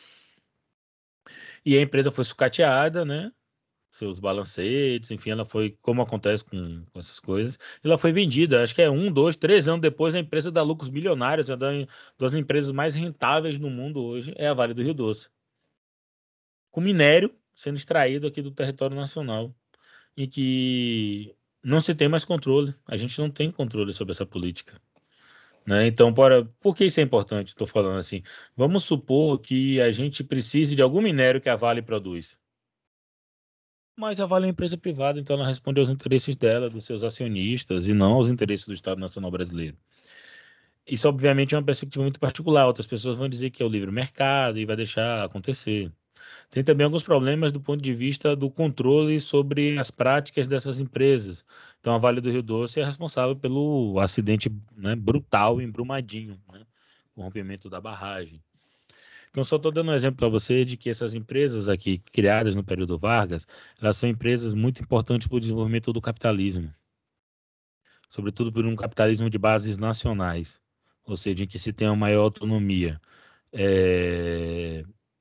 E a empresa foi sucateada, né? Seus balancetes, enfim, ela foi, como acontece com, com essas coisas, ela foi vendida, acho que é um, dois, três anos depois, a empresa dá lucros bilionários, é da- das empresas mais rentáveis do mundo hoje, é a Vale do Rio Doce, com minério sendo extraído aqui do território nacional, e que não se tem mais controle, a gente não tem controle sobre essa política. Né? Então, para, por que isso é importante? Estou falando assim. Vamos supor que a gente precise de algum minério que a Vale produz. Mas a Vale é uma empresa privada, então ela responde aos interesses dela, dos seus acionistas, e não aos interesses do Estado Nacional Brasileiro. Isso, obviamente, é uma perspectiva muito particular. Outras pessoas vão dizer que é o livre mercado e vai deixar acontecer. Tem também alguns problemas do ponto de vista do controle sobre as práticas dessas empresas. Então, a Vale do Rio Doce é responsável pelo acidente, né, brutal em Brumadinho, né, o rompimento da barragem. Então, só estou dando um exemplo para você de que essas empresas aqui, criadas no período Vargas, elas são empresas muito importantes para o desenvolvimento do capitalismo, sobretudo por um capitalismo de bases nacionais, ou seja, em que se tem uma maior autonomia. É,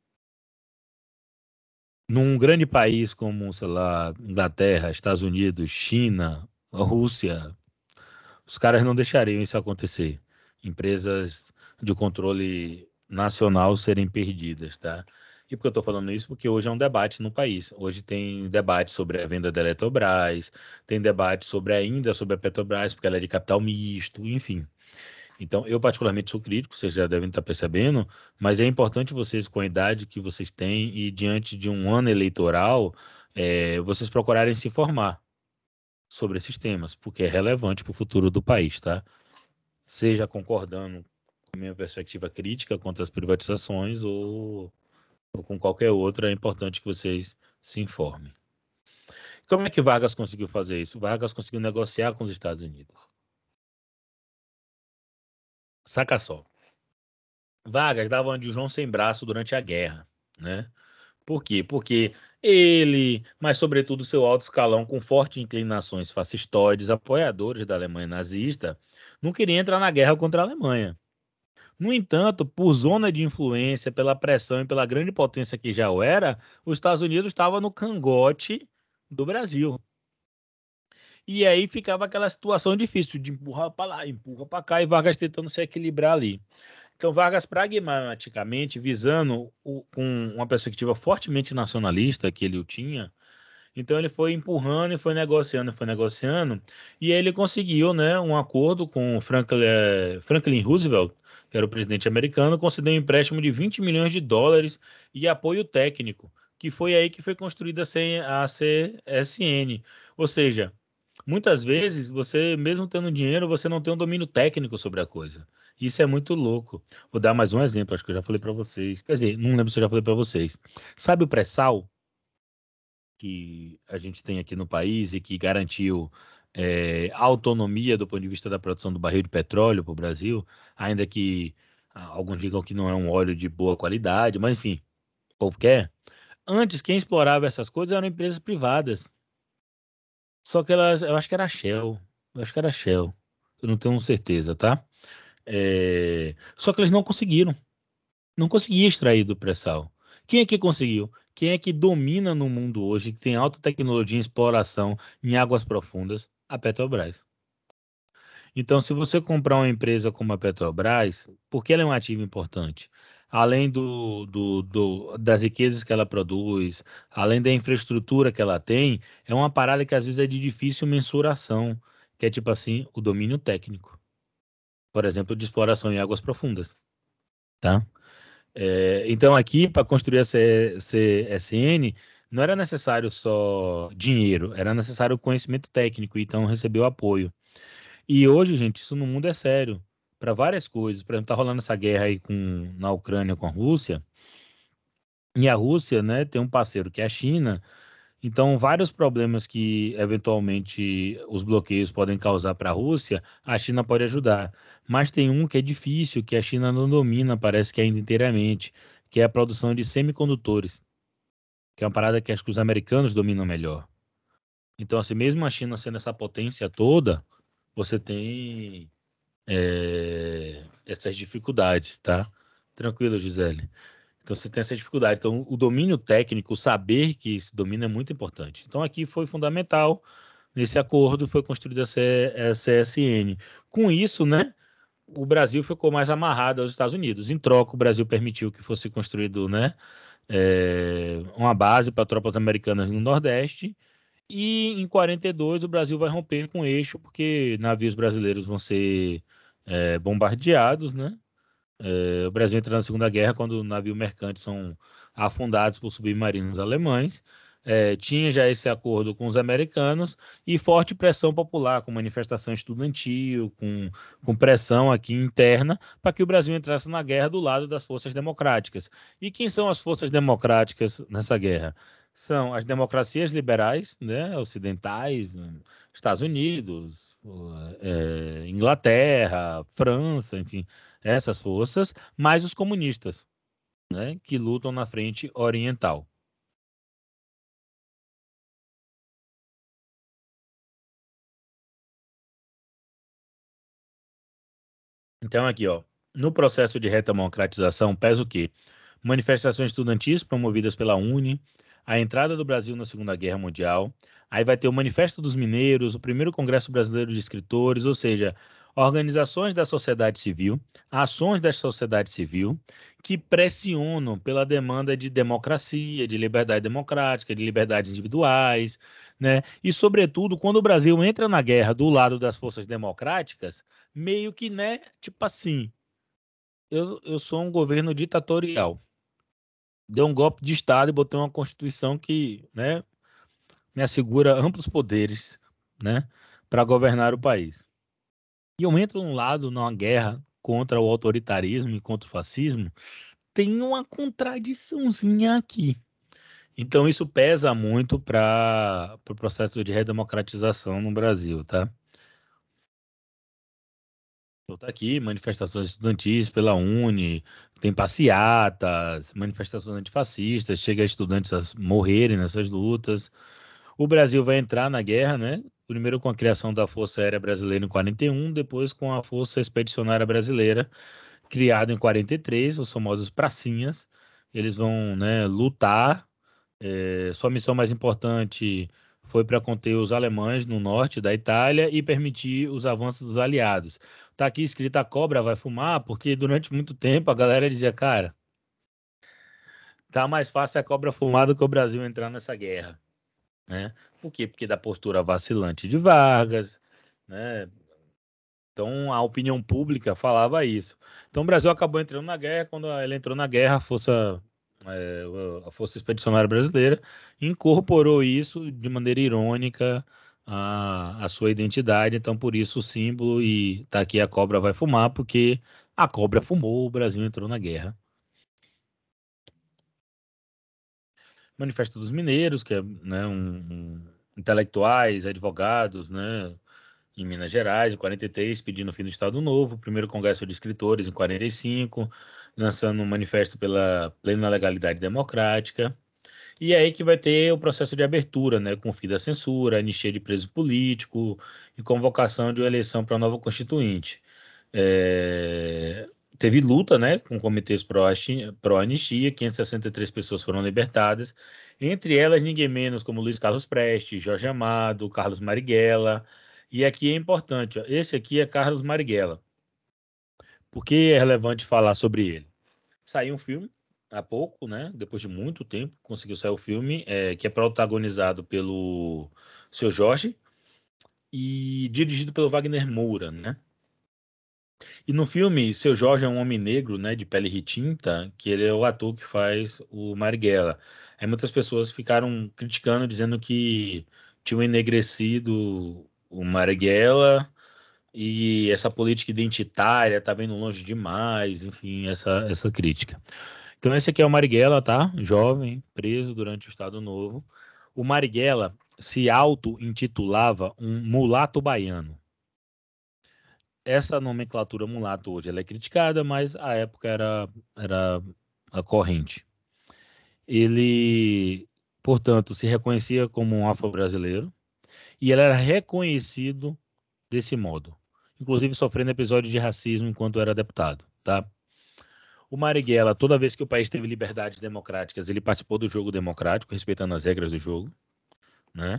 num grande país como, sei lá, Inglaterra, Estados Unidos, China, Rússia, os caras não deixariam isso acontecer. Empresas de controle nacional serem perdidas, tá? E por que eu estou falando isso? Porque hoje é um debate no país. Hoje tem debate sobre a venda da Eletrobras, tem debate sobre ainda sobre a Petrobras, porque ela é de capital misto, enfim. Então, eu particularmente sou crítico, vocês já devem estar percebendo, mas é importante vocês, com a idade que vocês têm e diante de um ano eleitoral, eh, vocês procurarem se informar sobre esses temas, porque é relevante para o futuro do país, tá? Seja concordando com a minha perspectiva crítica contra as privatizações ou, ou com qualquer outra, é importante que vocês se informem. Como é que Vargas conseguiu fazer isso? Vargas conseguiu negociar com os Estados Unidos. Saca só. Vargas dava uma de João sem braço durante a guerra, né? Por quê? Porque ele, mas sobretudo seu alto escalão com fortes inclinações fascistoides, apoiadores da Alemanha nazista, não queria entrar na guerra contra a Alemanha. No entanto, por zona de influência, pela pressão e pela grande potência que já o era, os Estados Unidos estava no cangote do Brasil. E aí ficava aquela situação difícil de empurrar para lá, empurra para cá, e Vargas tentando se equilibrar ali. Então, Vargas, pragmaticamente, visando o, com uma perspectiva fortemente nacionalista que ele o tinha, Então ele foi empurrando e foi negociando, foi negociando, e aí ele conseguiu, né, um acordo com Franklin, eh, Franklin Roosevelt, que era o presidente americano, concedeu um empréstimo de vinte milhões de dólares e apoio técnico, que foi aí que foi construída a C- a C S N. Ou seja, muitas vezes você, mesmo tendo dinheiro, você não tem um domínio técnico sobre a coisa. Isso é muito louco. Vou dar mais um exemplo, acho que eu já falei para vocês. Quer dizer, não lembro se eu já falei para vocês. Sabe o pré-sal que a gente tem aqui no país e que garantiu é, autonomia do ponto de vista da produção do barril de petróleo para o Brasil, ainda que ah, alguns digam que não é um óleo de boa qualidade, mas enfim, o povo quer. Antes, quem explorava essas coisas eram empresas privadas. Só que elas, eu acho que era a Shell. Eu acho que era a Shell. Eu não tenho certeza, tá? É, Só que eles não conseguiram. Não conseguia extrair do pré-sal. Quem é que conseguiu? Quem é que domina no mundo hoje, que tem alta tecnologia em exploração em águas profundas? A Petrobras. Então, se você comprar uma empresa como a Petrobras, porque ela é um ativo importante, além do, do, do- das riquezas que ela produz, além da infraestrutura que ela tem, é uma parada que às vezes é de difícil mensuração, que é tipo assim, o domínio técnico, por exemplo, de exploração em águas profundas, tá? É, então, aqui, para construir a C- CSN, não era necessário só dinheiro, era necessário conhecimento técnico, então recebeu apoio. E hoje, gente, isso no mundo é sério. Para várias coisas. Por exemplo, tá rolando essa guerra aí com, na Ucrânia com a Rússia. E a Rússia, né, tem um parceiro que é a China. Então, vários problemas que eventualmente os bloqueios podem causar para a Rússia, a China pode ajudar. Mas tem um que é difícil, que a China não domina, parece que ainda inteiramente, que é a produção de semicondutores, que é uma parada que acho que os americanos dominam melhor. Então, assim, mesmo a China sendo essa potência toda, você tem é, essas dificuldades, tá? Tranquilo, Gisele. Então você tem essa dificuldade. Então, o domínio técnico, o saber que se domina é muito importante. Então, aqui foi fundamental, nesse acordo, foi construída a C- a C S N. Com isso, né, o Brasil ficou mais amarrado aos Estados Unidos. Em troca, o Brasil permitiu que fosse construído, né, é, uma base para tropas americanas no Nordeste. E em quarenta e dois o Brasil vai romper com o eixo, porque navios brasileiros vão ser é, bombardeados, né? É, o Brasil entra na Segunda Guerra quando navios mercantes são afundados por submarinos alemães. É, tinha já esse acordo com os americanos e forte pressão popular, com manifestação estudantil, com, com pressão aqui interna, para que o Brasil entrasse na guerra do lado das forças democráticas. E quem são as forças democráticas nessa guerra? São as democracias liberais, né, ocidentais, hum, Estados Unidos, é, Inglaterra, França, enfim, essas forças, mais os comunistas, né, que lutam na frente oriental. Então, aqui, ó, no processo de redemocratização, pesa o quê? Manifestações estudantis promovidas pela UNE, a entrada do Brasil na Segunda Guerra Mundial, aí vai ter o Manifesto dos Mineiros, o primeiro Congresso Brasileiro de Escritores, ou seja, organizações da sociedade civil, ações da sociedade civil, que pressionam pela demanda de democracia, de liberdade democrática, de liberdades individuais, né? E, sobretudo, quando o Brasil entra na guerra do lado das forças democráticas, meio que, né, tipo assim, eu, eu sou um governo ditatorial. Deu um golpe de Estado e botei uma Constituição que, né, me assegura amplos poderes, né, para governar o país. E eu entro num lado, numa guerra contra o autoritarismo e contra o fascismo, tem uma contradiçãozinha aqui. Então isso pesa muito para o pro processo de redemocratização no Brasil, tá? Então tá aqui, manifestações estudantis pela UNE, tem passeatas, manifestações antifascistas, chega estudantes a morrerem nessas lutas. O Brasil vai entrar na guerra, né? Primeiro com a criação da Força Aérea Brasileira em quarenta e um, depois com a Força Expedicionária Brasileira, criada em quarenta e três, os famosos pracinhas. Eles vão, né, lutar. É, sua missão mais importante foi para conter os alemães no norte da Itália e permitir os avanços dos aliados. Tá aqui escrito a cobra vai fumar, porque durante muito tempo a galera dizia, cara, tá mais fácil a cobra fumar do que o Brasil entrar nessa guerra. né? Por quê? Porque da postura vacilante de Vargas, né? Então a opinião pública falava isso. Então o Brasil acabou entrando na guerra. Quando ele entrou na guerra, a força, é, a Força Expedicionária Brasileira incorporou isso de maneira irônica à, à sua identidade. Então por isso o símbolo, e tá aqui: a cobra vai fumar, porque a cobra fumou, o Brasil entrou na guerra. Manifesto dos Mineiros, que é, né, um, um, intelectuais, advogados, né, em Minas Gerais, em quarenta e três, pedindo o fim do Estado Novo, o primeiro Congresso de Escritores, em quarenta e cinco, lançando um manifesto pela plena legalidade democrática. E é aí que vai ter o processo de abertura, né, com o fim da censura, anistia de preso político e convocação de uma eleição para a nova Constituinte. É, Teve luta, né, com comitês pró-anistia, quinhentas e sessenta e três pessoas foram libertadas, entre elas ninguém menos como Luiz Carlos Prestes, Jorge Amado, Carlos Marighella. E aqui é importante, ó, esse aqui é Carlos Marighella. Por que é relevante falar sobre ele? Saiu um filme há pouco, né? Depois de muito tempo, conseguiu sair o filme, é, que é protagonizado pelo Seu Jorge e dirigido pelo Wagner Moura, né? E no filme, Seu Jorge é um homem negro, né, de pele retinta, que ele é o ator que faz o Marighella. Aí muitas pessoas ficaram criticando, dizendo que tinham enegrecido o Marighella e essa política identitária estava indo longe demais, enfim, essa, essa crítica. Então esse aqui é o Marighella, tá? Jovem, preso durante o Estado Novo. O Marighella se auto-intitulava um mulato baiano. Essa nomenclatura mulato hoje ela é criticada, mas à época era, era a corrente. Ele, portanto, se reconhecia como um afro-brasileiro e ele era reconhecido desse modo, inclusive sofrendo episódios de racismo enquanto era deputado, tá? O Marighella, toda vez que o país teve liberdades democráticas, ele participou do jogo democrático, respeitando as regras do jogo, né?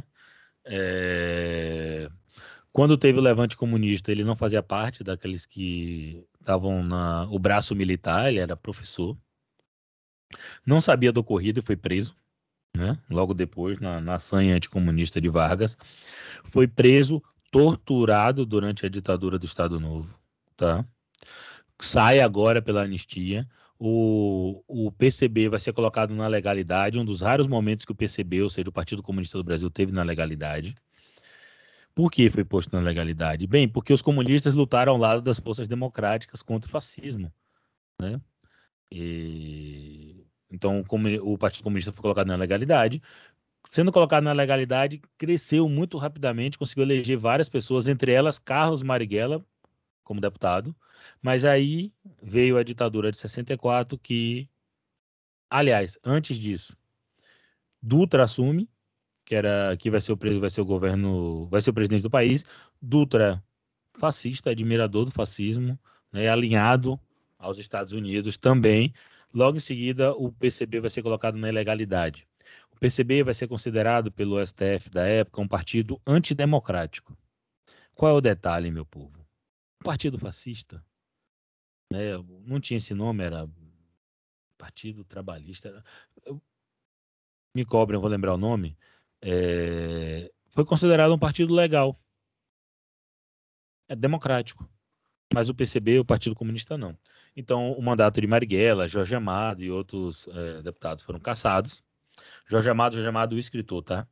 É... Quando teve o levante comunista, ele não fazia parte daqueles que estavam na o braço militar, ele era professor, não sabia do ocorrido e foi preso, né? Logo depois, na, na sanha anticomunista de Vargas, foi preso, torturado durante a ditadura do Estado Novo, tá? Sai agora pela anistia. O, o P C B vai ser colocado na legalidade, um dos raros momentos que o P C B, ou seja, o Partido Comunista do Brasil, teve na legalidade. Por que foi posto na legalidade? Bem, porque os comunistas lutaram ao lado das forças democráticas contra o fascismo, né? E... Então, como o Partido Comunista foi colocado na legalidade, sendo colocado na legalidade, cresceu muito rapidamente, conseguiu eleger várias pessoas, entre elas Carlos Marighella, como deputado, mas aí veio a ditadura de sessenta e quatro que, aliás, antes disso, Dutra assume, que era que vai ser o vai ser o governo, vai ser o presidente do país. Dutra, fascista, admirador do fascismo, né, alinhado aos Estados Unidos também. Logo em seguida, o P C B vai ser colocado na ilegalidade. O P C B vai ser considerado pelo S T F da época um partido antidemocrático. Qual é o detalhe, meu povo? O partido fascista, né, não tinha esse nome, era Partido Trabalhista. Eu, me cobrem, eu vou lembrar o nome. É, foi considerado um partido legal, é democrático. Mas o P C B, o Partido Comunista, não. Então, o mandato de Marighella, Jorge Amado e outros é, deputados foram cassados. Jorge Amado, Jorge Amado, o escritor, tá?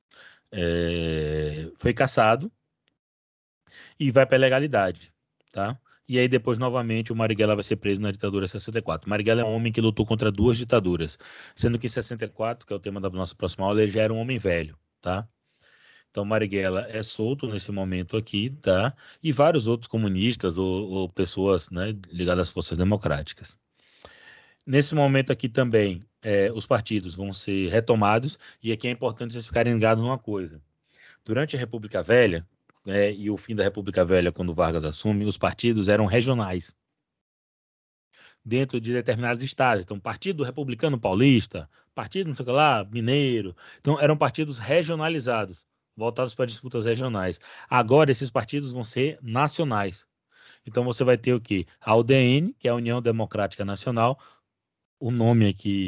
É, foi cassado e vai para a legalidade, tá? E aí depois, novamente, o Marighella vai ser preso na ditadura de sessenta e quatro. Marighella é um homem que lutou contra duas ditaduras, sendo que em sessenta e quatro, que é o tema da nossa próxima aula, ele já era um homem velho, tá? Então, Marighella é solto nesse momento aqui, tá? E vários outros comunistas ou, ou pessoas, né, ligadas às forças democráticas. Nesse momento aqui também, é, os partidos vão ser retomados, e aqui é importante vocês ficarem ligados numa coisa. Durante a República Velha, é, e o fim da República Velha, quando Vargas assume, os partidos eram regionais, dentro de determinados estados. Então, Partido Republicano Paulista, Partido não sei o que lá, Mineiro. Então, eram partidos regionalizados, voltados para disputas regionais. Agora, esses partidos vão ser nacionais. Então, você vai ter o quê? A U D N, que é a União Democrática Nacional, o nome aqui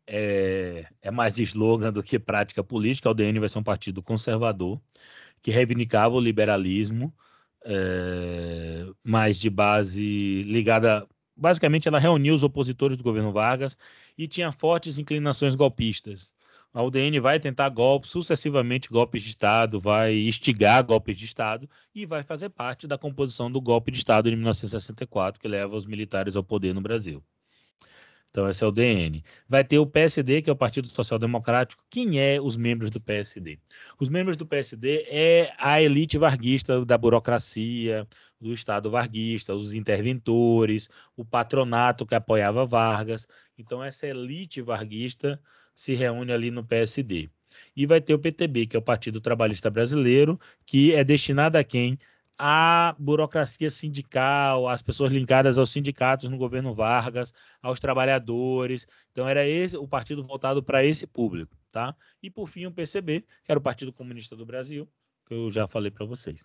é, é mais de slogan do que prática política. A U D N vai ser um partido conservador, que reivindicava o liberalismo, é, mas de base ligada. Basicamente, ela reuniu os opositores do governo Vargas e tinha fortes inclinações golpistas. A U D N vai tentar golpes, sucessivamente golpes de Estado, vai instigar golpes de Estado e vai fazer parte da composição do golpe de Estado de mil novecentos e sessenta e quatro, que leva os militares ao poder no Brasil. Então, esse é o D N. Vai ter o P S D, que é o Partido Social Democrático. Quem é os membros do P S D? Os membros do P S D é a elite varguista da burocracia, do Estado varguista, os interventores, o patronato que apoiava Vargas. Então, essa elite varguista se reúne ali no P S D. E vai ter o P T B, que é o Partido Trabalhista Brasileiro, que é destinado a quem? A burocracia sindical, as pessoas ligadas aos sindicatos no governo Vargas, aos trabalhadores. Então era esse o partido voltado para esse público, tá? E por fim o P C B, que era o Partido Comunista do Brasil, que eu já falei para vocês.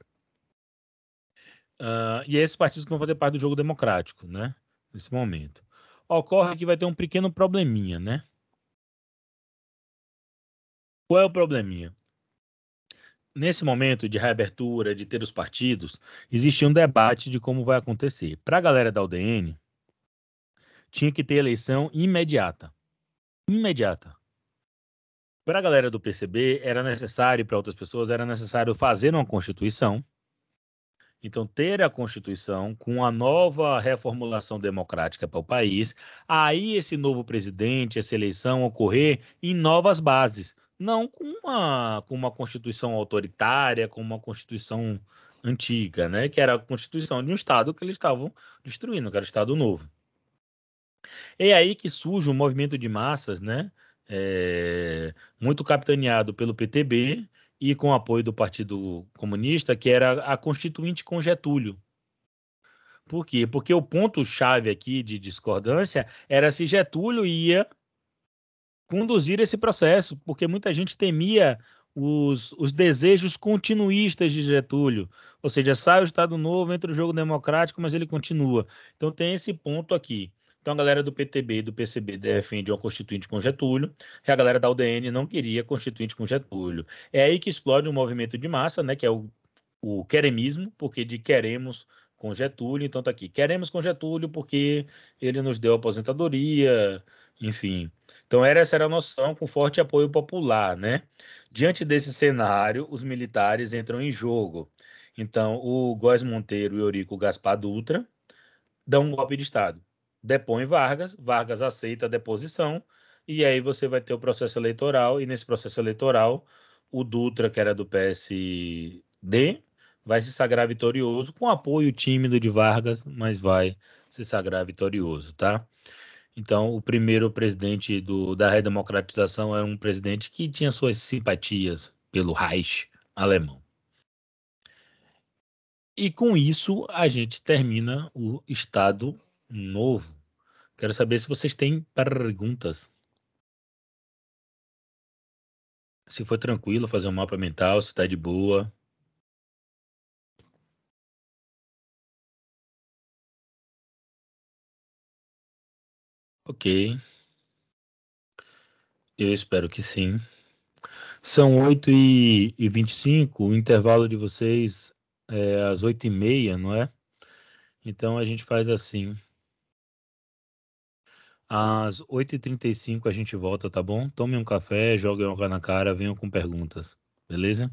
Uh, e é esses partidos que vão fazer parte do jogo democrático, né? Nesse momento. Ocorre que vai ter um pequeno probleminha, né? Qual é o probleminha? Nesse momento de reabertura, de ter os partidos, existe um debate de como vai acontecer. Para a galera da U D N, tinha que ter eleição imediata. Imediata. Para a galera do P C B, era necessário, para outras pessoas, era necessário fazer uma Constituição. Então, ter a Constituição com a nova reformulação democrática para o país, aí esse novo presidente, essa eleição ocorrer em novas bases, não com uma, com uma Constituição autoritária, com uma Constituição antiga, né? Que era a Constituição de um Estado que eles estavam destruindo, que era o Estado Novo. É aí que surge um movimento de massas, né? É, muito capitaneado pelo P T B e com apoio do Partido Comunista, que era a Constituinte com Getúlio. Por quê? Porque o ponto-chave aqui de discordância era se Getúlio ia conduzir esse processo, porque muita gente temia os, os desejos continuistas de Getúlio. Ou seja, sai o Estado Novo, entra o jogo democrático, mas ele continua. Então tem esse ponto aqui. Então a galera do P T B e do P C B defende uma constituinte com Getúlio, e a galera da U D N não queria constituinte com Getúlio. É aí que explode um movimento de massa, né, que é o o queremismo, porque de queremos com Getúlio, então tá aqui, queremos com Getúlio porque ele nos deu aposentadoria, enfim. Então era essa era a noção com forte apoio popular, né? Diante desse cenário, os militares entram em jogo. Então, o Góes Monteiro e Eurico Gaspar Dutra dão um golpe de Estado. Depõe Vargas, Vargas aceita a deposição, e aí você vai ter o processo eleitoral, e nesse processo eleitoral, o Dutra, que era do P S D, vai se sagrar vitorioso, com apoio tímido de Vargas, mas vai se sagrar vitorioso, tá? Então, o primeiro presidente do, da redemocratização era um presidente que tinha suas simpatias pelo Reich alemão. E com isso, a gente termina o Estado Novo. Quero saber se vocês têm perguntas. Se foi tranquilo fazer um mapa mental, se está de boa. Ok, eu espero que sim. São oito e vinte e cinco. O intervalo de vocês é às oito e meia, não é? Então a gente faz assim. Às oito e trinta e cinco a gente volta, tá bom? Tome um café, jogue água na cara, venham com perguntas. Beleza?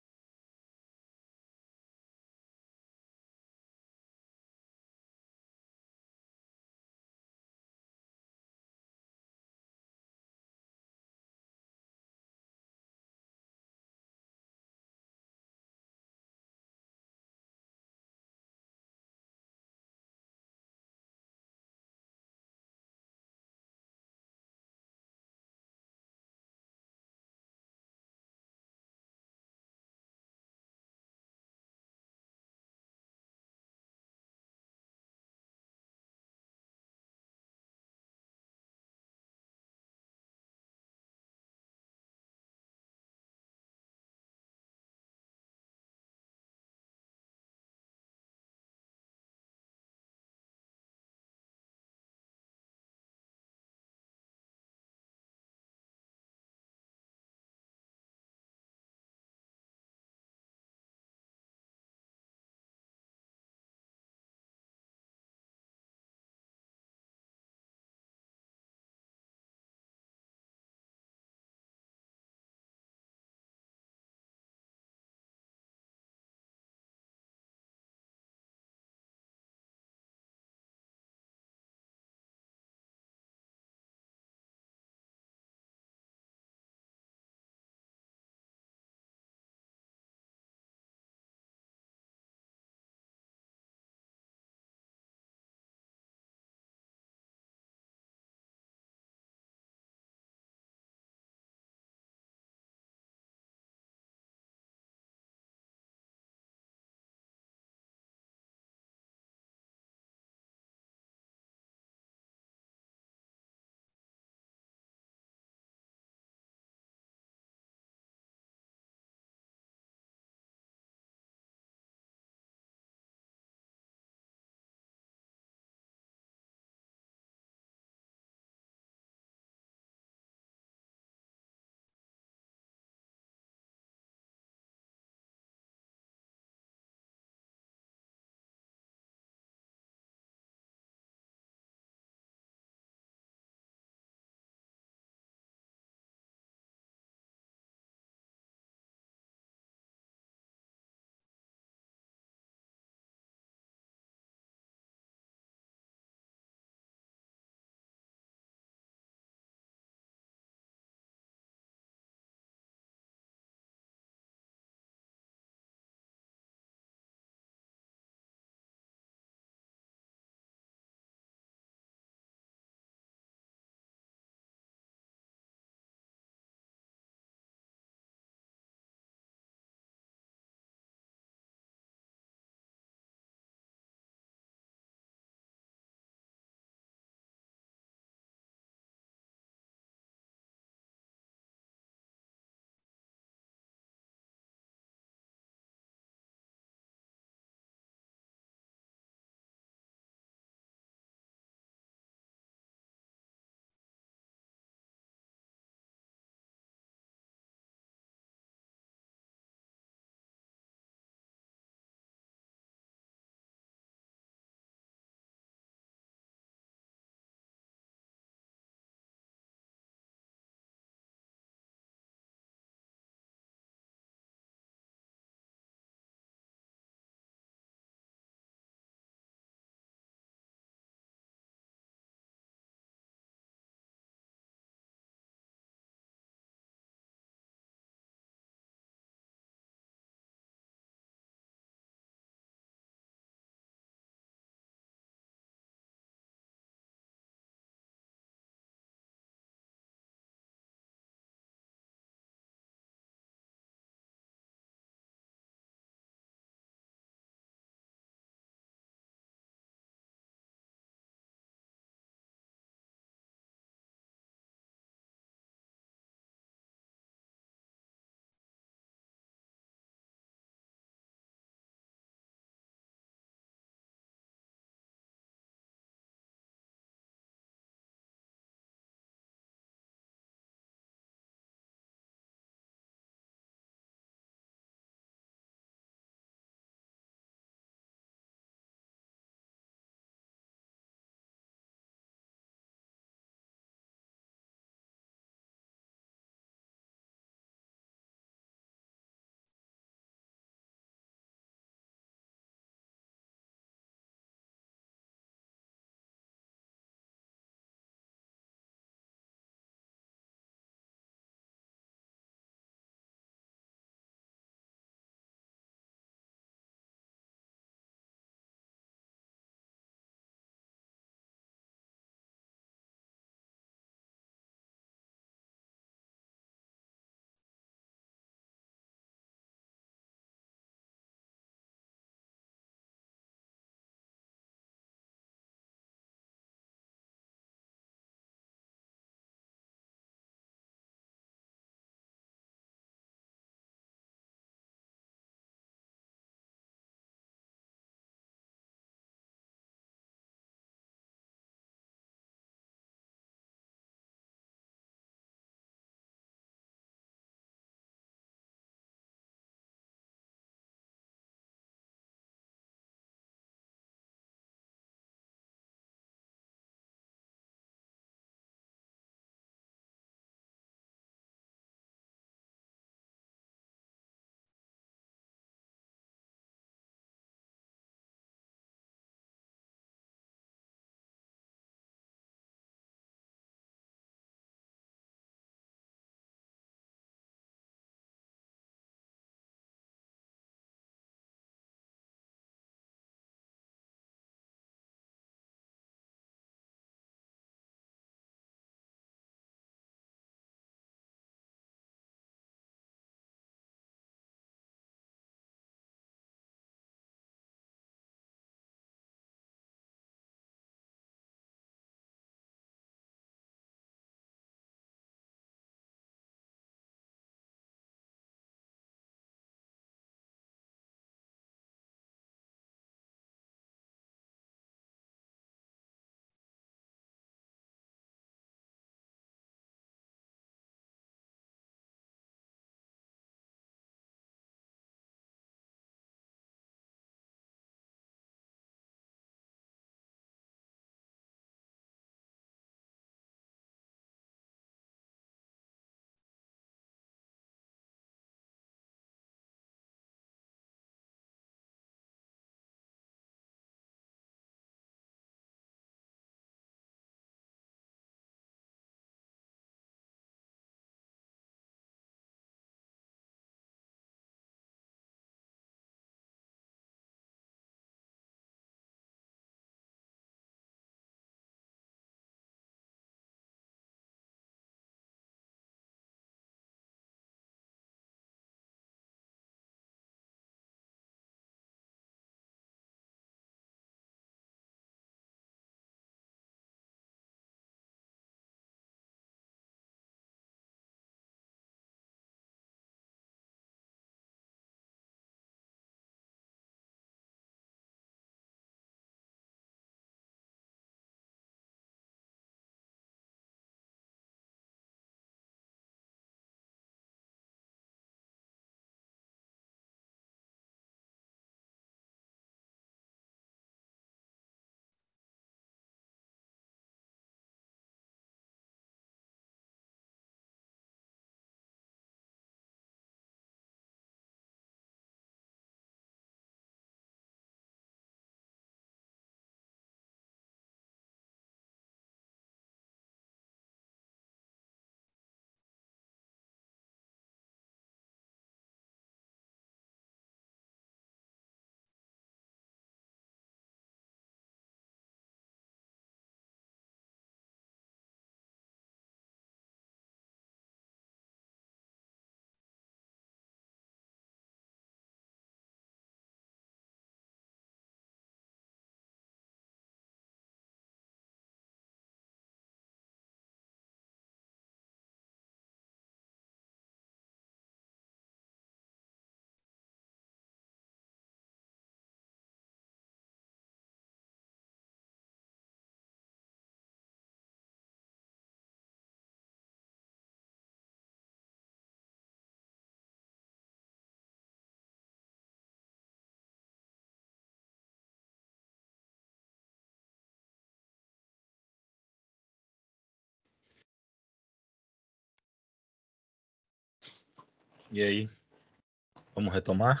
E aí, vamos retomar?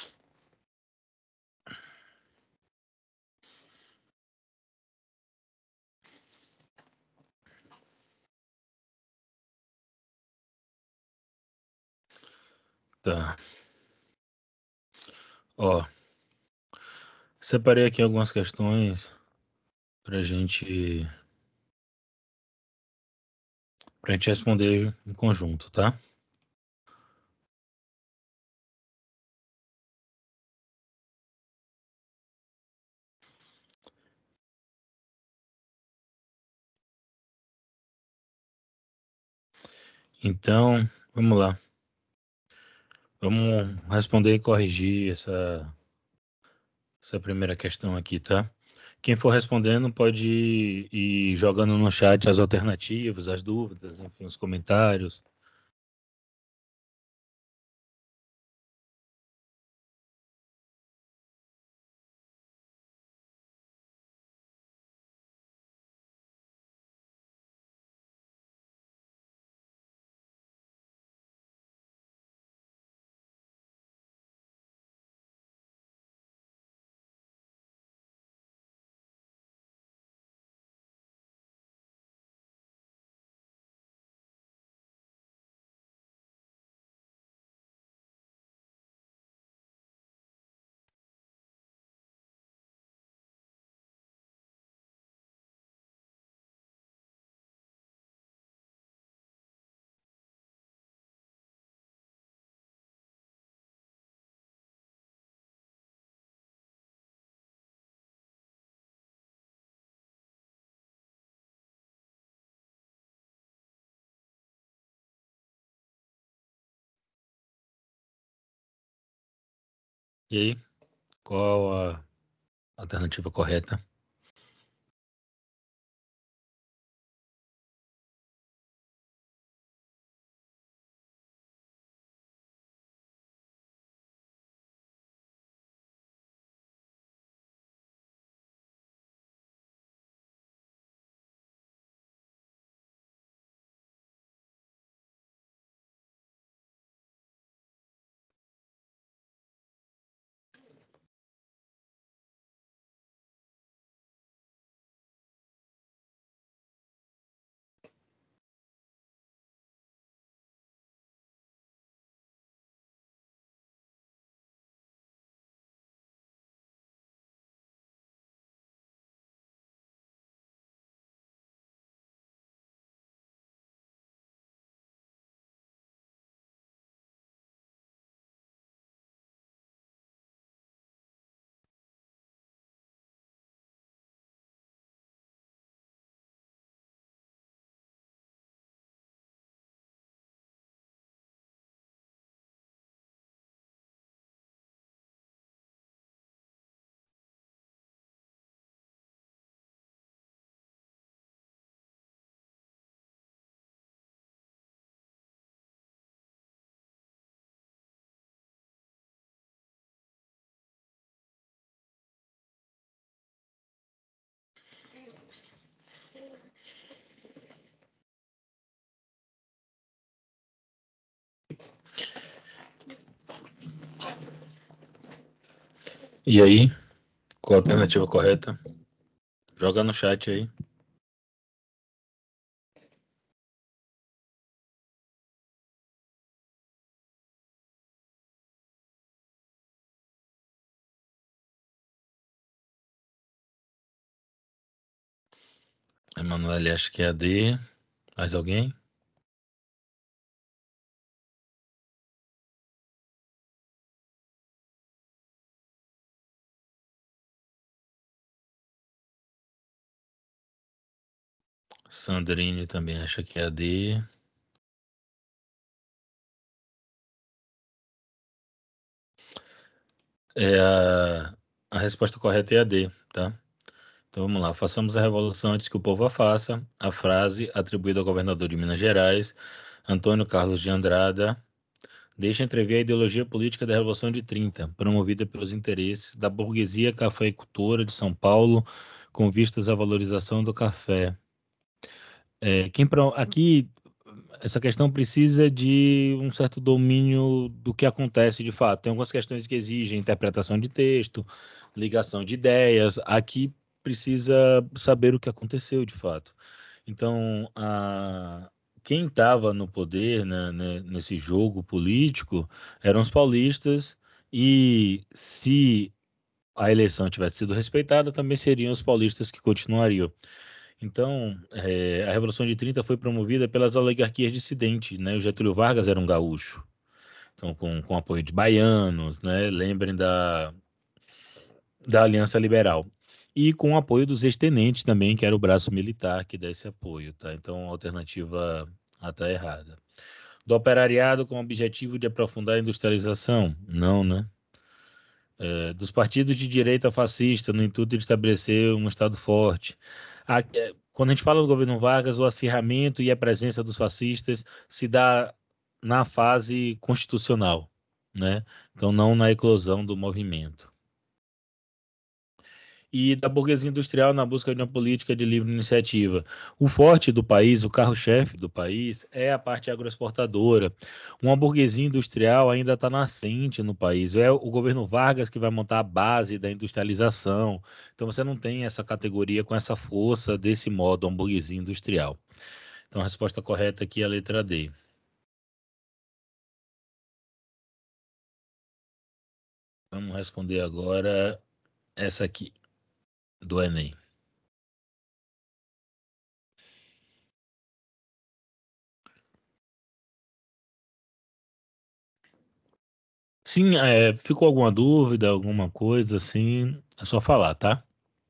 Tá. Ó, separei aqui algumas questões pra gente, pra gente responder em conjunto, tá? Então, vamos lá. Vamos responder e corrigir essa, essa primeira questão aqui, tá? Quem for respondendo pode ir, ir jogando no chat as alternativas, as dúvidas, enfim, os comentários. E aí, qual a alternativa correta? E aí, qual a alternativa correta? Joga no chat aí. Emanuele, acho que é a D. Mais alguém? Sandrine também acha que é a D. É a, a resposta correta é a D, tá? Então vamos lá. Façamos a revolução antes que o povo a faça. A frase atribuída ao governador de Minas Gerais, Antônio Carlos de Andrada, deixa entrever a ideologia política da Revolução de trinta, promovida pelos interesses da burguesia cafeicultora de São Paulo, com vistas à valorização do café. É, quem pro- aqui essa questão precisa de um certo domínio do que acontece de fato. Tem algumas questões que exigem interpretação de texto, ligação de ideias. Aqui precisa saber o que aconteceu de fato. Então, a... quem estava no poder, né, né, nesse jogo político eram os paulistas, e se a eleição tivesse sido respeitada, também seriam os paulistas que continuariam. Então, eh, a Revolução de trinta foi promovida pelas oligarquias dissidentes, né? O Getúlio Vargas era um gaúcho, então com, com apoio de baianos, né? Lembrem da, da Aliança Liberal. E com o apoio dos ex-tenentes também, que era o braço militar que dá esse apoio, tá? Então, alternativa até errada. Do operariado com o objetivo de aprofundar a industrialização? Não, né? É, dos partidos de direita fascista, no intuito de estabelecer um Estado forte. A- é, quando a gente fala do governo Vargas, o acirramento e a presença dos fascistas se dá na fase constitucional, né? Então, não na eclosão do movimento. E da burguesia industrial na busca de uma política de livre iniciativa. O forte do país, o carro-chefe do país, é a parte agroexportadora. Uma burguesia industrial ainda está nascente no país. É o governo Vargas que vai montar a base da industrialização. Então você não tem essa categoria com essa força desse modo, uma burguesia industrial. Então a resposta correta aqui é a letra D. Vamos responder agora essa aqui, do Enem. Sim, é, ficou alguma dúvida, alguma coisa assim? É só falar, tá?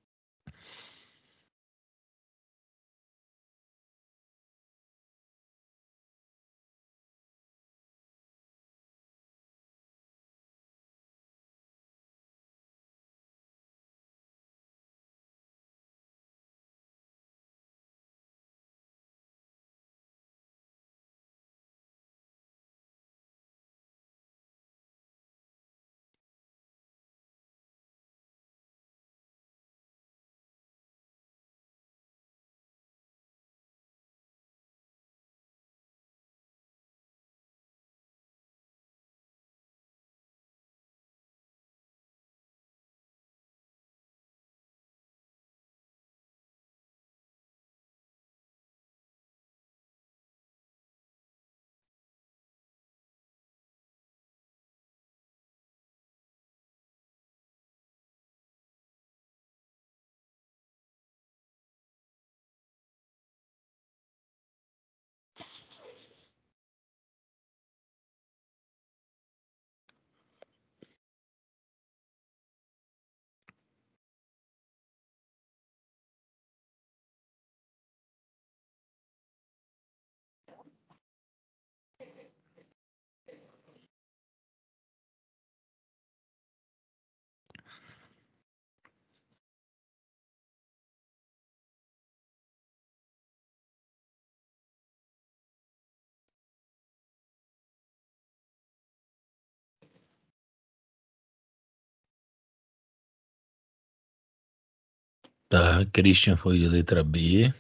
Tá, Christian foi de letra B.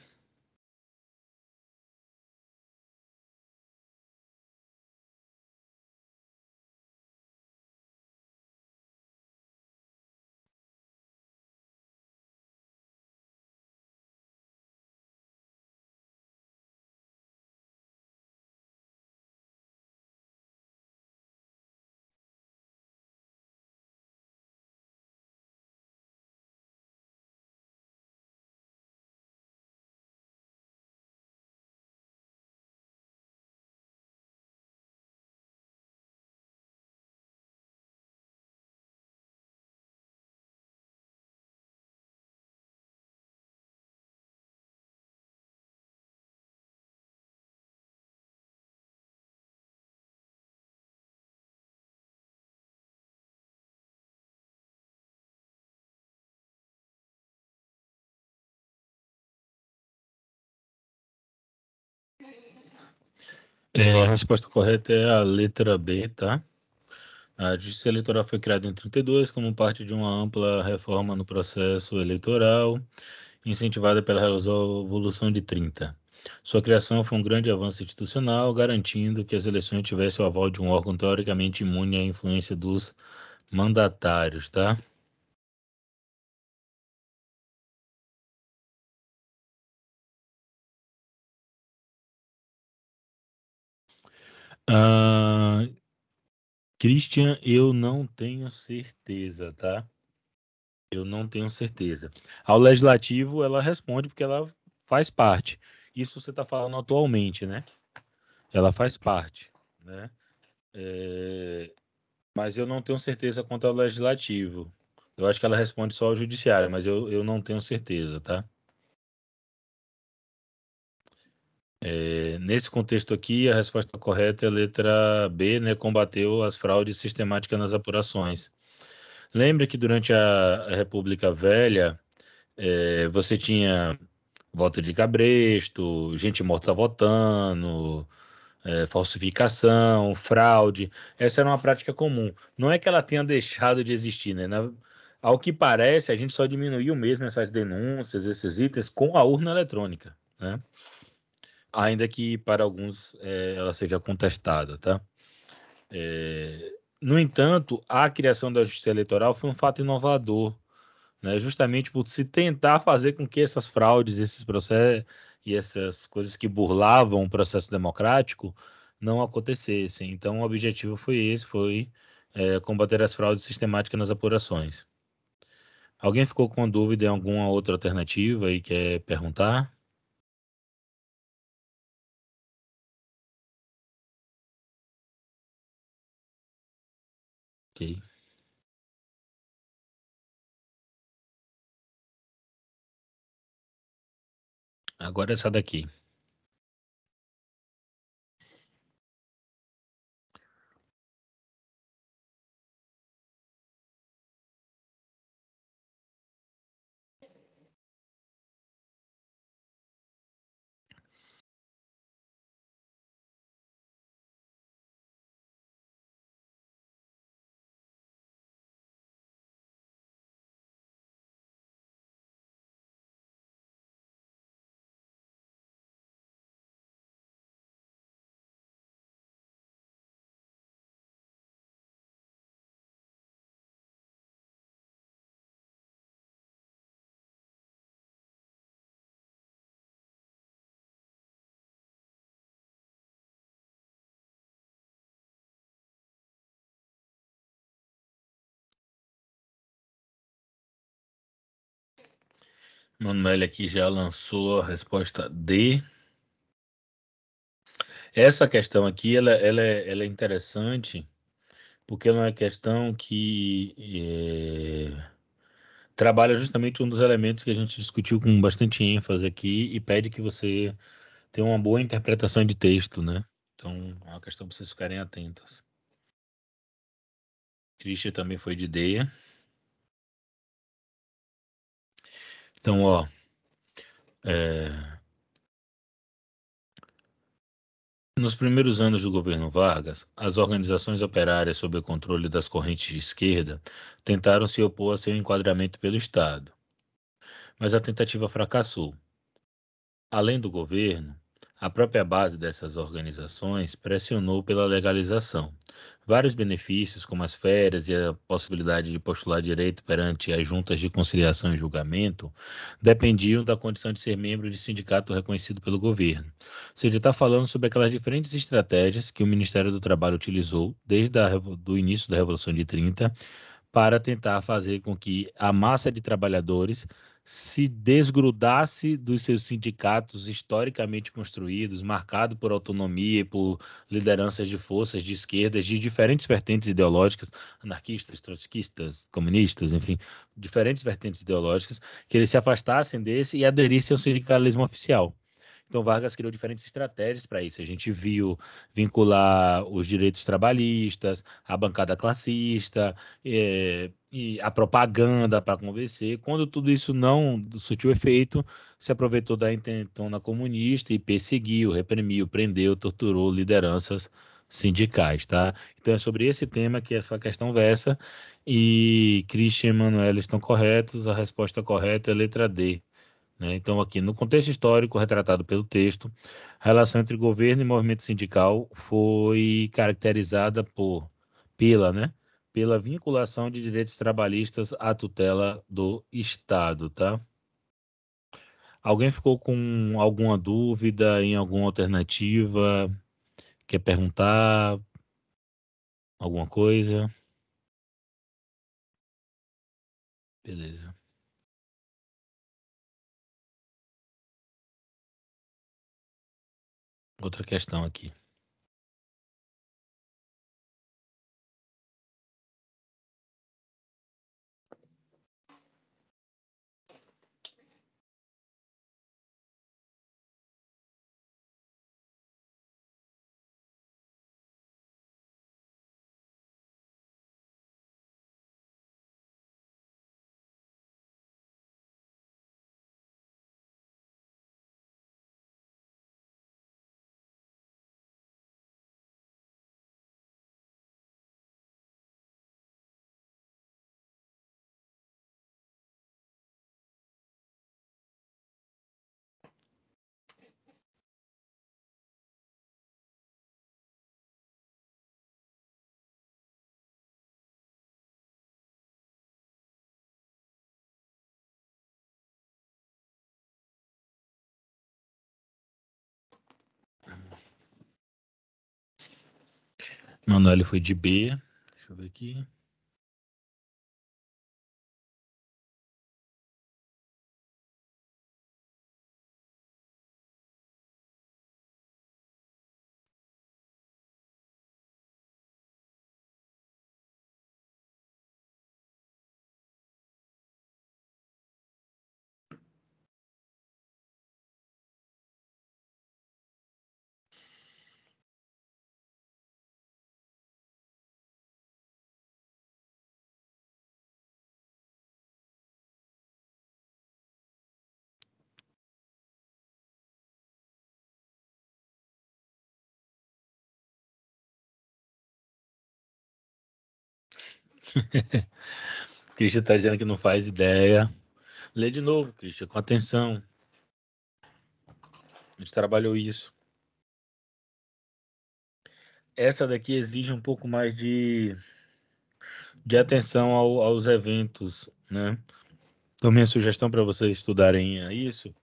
É, a resposta correta é a letra B, tá? A Justiça Eleitoral foi criada em trinta e dois como parte de uma ampla reforma no processo eleitoral, incentivada pela Revolução de trinta. Sua criação foi um grande avanço institucional, garantindo que as eleições tivessem o aval de um órgão teoricamente imune à influência dos mandatários, tá? Ah, Christian, eu não tenho certeza, tá? Eu não tenho certeza. Ao legislativo, ela responde porque ela faz parte. Isso você está falando atualmente, né? Ela faz parte, né? É, mas eu não tenho certeza quanto ao legislativo. Eu acho que ela responde só ao judiciário, mas eu, eu não tenho certeza, tá? É, nesse contexto aqui, a resposta correta é a letra B, né? Combateu as fraudes sistemáticas nas apurações. Lembre que durante a a República Velha, é, você tinha voto de cabresto, gente morta votando, é, falsificação, fraude. Essa era uma prática comum. Não é que ela tenha deixado de existir, né? Na- ao que parece, a gente só diminuiu mesmo essas denúncias, esses itens, com a urna eletrônica, né? Ainda que para alguns é, ela seja contestada, tá? É, no entanto, a criação da Justiça Eleitoral foi um fato inovador, né? Justamente por se tentar fazer com que essas fraudes, esses processos e essas coisas que burlavam o processo democrático não acontecessem. Então, o objetivo foi esse, foi é, combater as fraudes sistemáticas nas apurações. Alguém ficou com dúvida em alguma outra alternativa e quer perguntar? Ok. Agora essa daqui. Manuel aqui já lançou a resposta D. Essa questão aqui, ela, ela, é, ela é interessante porque é uma questão que é, trabalha justamente um dos elementos que a gente discutiu com bastante ênfase aqui e pede que você tenha uma boa interpretação de texto, né? Então, é uma questão para vocês ficarem atentas. Christian também foi de D. Então, ó, é, nos primeiros anos do governo Vargas, as organizações operárias sob o controle das correntes de esquerda tentaram se opor a seu enquadramento pelo Estado, mas a tentativa fracassou. Além do governo, a própria base dessas organizações pressionou pela legalização. Vários benefícios, como as férias e a possibilidade de postular direito perante as juntas de conciliação e julgamento, dependiam da condição de ser membro de sindicato reconhecido pelo governo. Ou seja, está falando sobre aquelas diferentes estratégias que o Ministério do Trabalho utilizou desde o início da Revolução de trinta para tentar fazer com que a massa de trabalhadores se desgrudasse dos seus sindicatos historicamente construídos, marcado por autonomia e por lideranças de forças de esquerdas de diferentes vertentes ideológicas, anarquistas, trotskistas, comunistas, enfim, diferentes vertentes ideológicas, que eles se afastassem desse e aderissem ao sindicalismo oficial. Então, Vargas criou diferentes estratégias para isso. A gente viu vincular os direitos trabalhistas, a bancada classista, eh, e a propaganda para convencer. Quando tudo isso não surtiu efeito, se aproveitou da intentona comunista e perseguiu, reprimiu, prendeu, torturou lideranças sindicais, tá? Então é sobre esse tema que essa questão versa e Christian e Emanuele estão corretos, a resposta correta é a letra D, né? Então, aqui no contexto histórico retratado pelo texto, a relação entre governo e movimento sindical foi caracterizada por, pela, né? Pela vinculação de direitos trabalhistas à tutela do Estado, tá? Alguém ficou com alguma dúvida em alguma alternativa? Quer perguntar alguma coisa? Beleza. Outra questão aqui. Manoel foi de B. Deixa eu ver aqui. Christian está dizendo que não faz ideia. Lê de novo, Christian, com atenção. A gente trabalhou isso. Essa daqui exige um pouco mais de, de atenção ao- aos eventos, né? Então, minha sugestão para vocês estudarem isso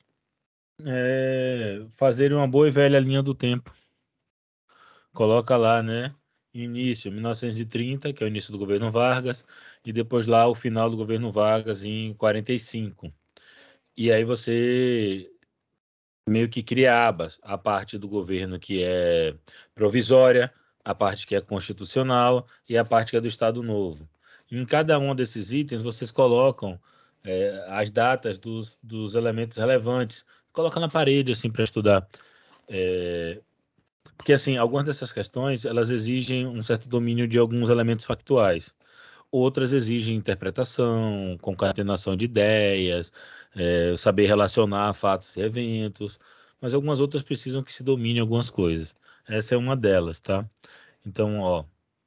é fazerem uma boa e velha linha do tempo. Coloca lá, né? Início, mil novecentos e trinta, que é o início do governo Vargas, e depois lá o final do governo Vargas em quarenta e cinco. E aí você meio que cria abas, a parte do governo que é provisória, a parte que é constitucional e a parte que é do Estado Novo. Em cada um desses itens, vocês colocam é, as datas dos, dos elementos relevantes, coloca na parede assim para estudar. É, porque assim, algumas dessas questões, elas exigem um certo domínio de alguns elementos factuais. Outras exigem interpretação, concatenação de ideias, é, saber relacionar fatos e eventos, mas algumas outras precisam que se domine algumas coisas. Essa é uma delas, tá? Então, ó,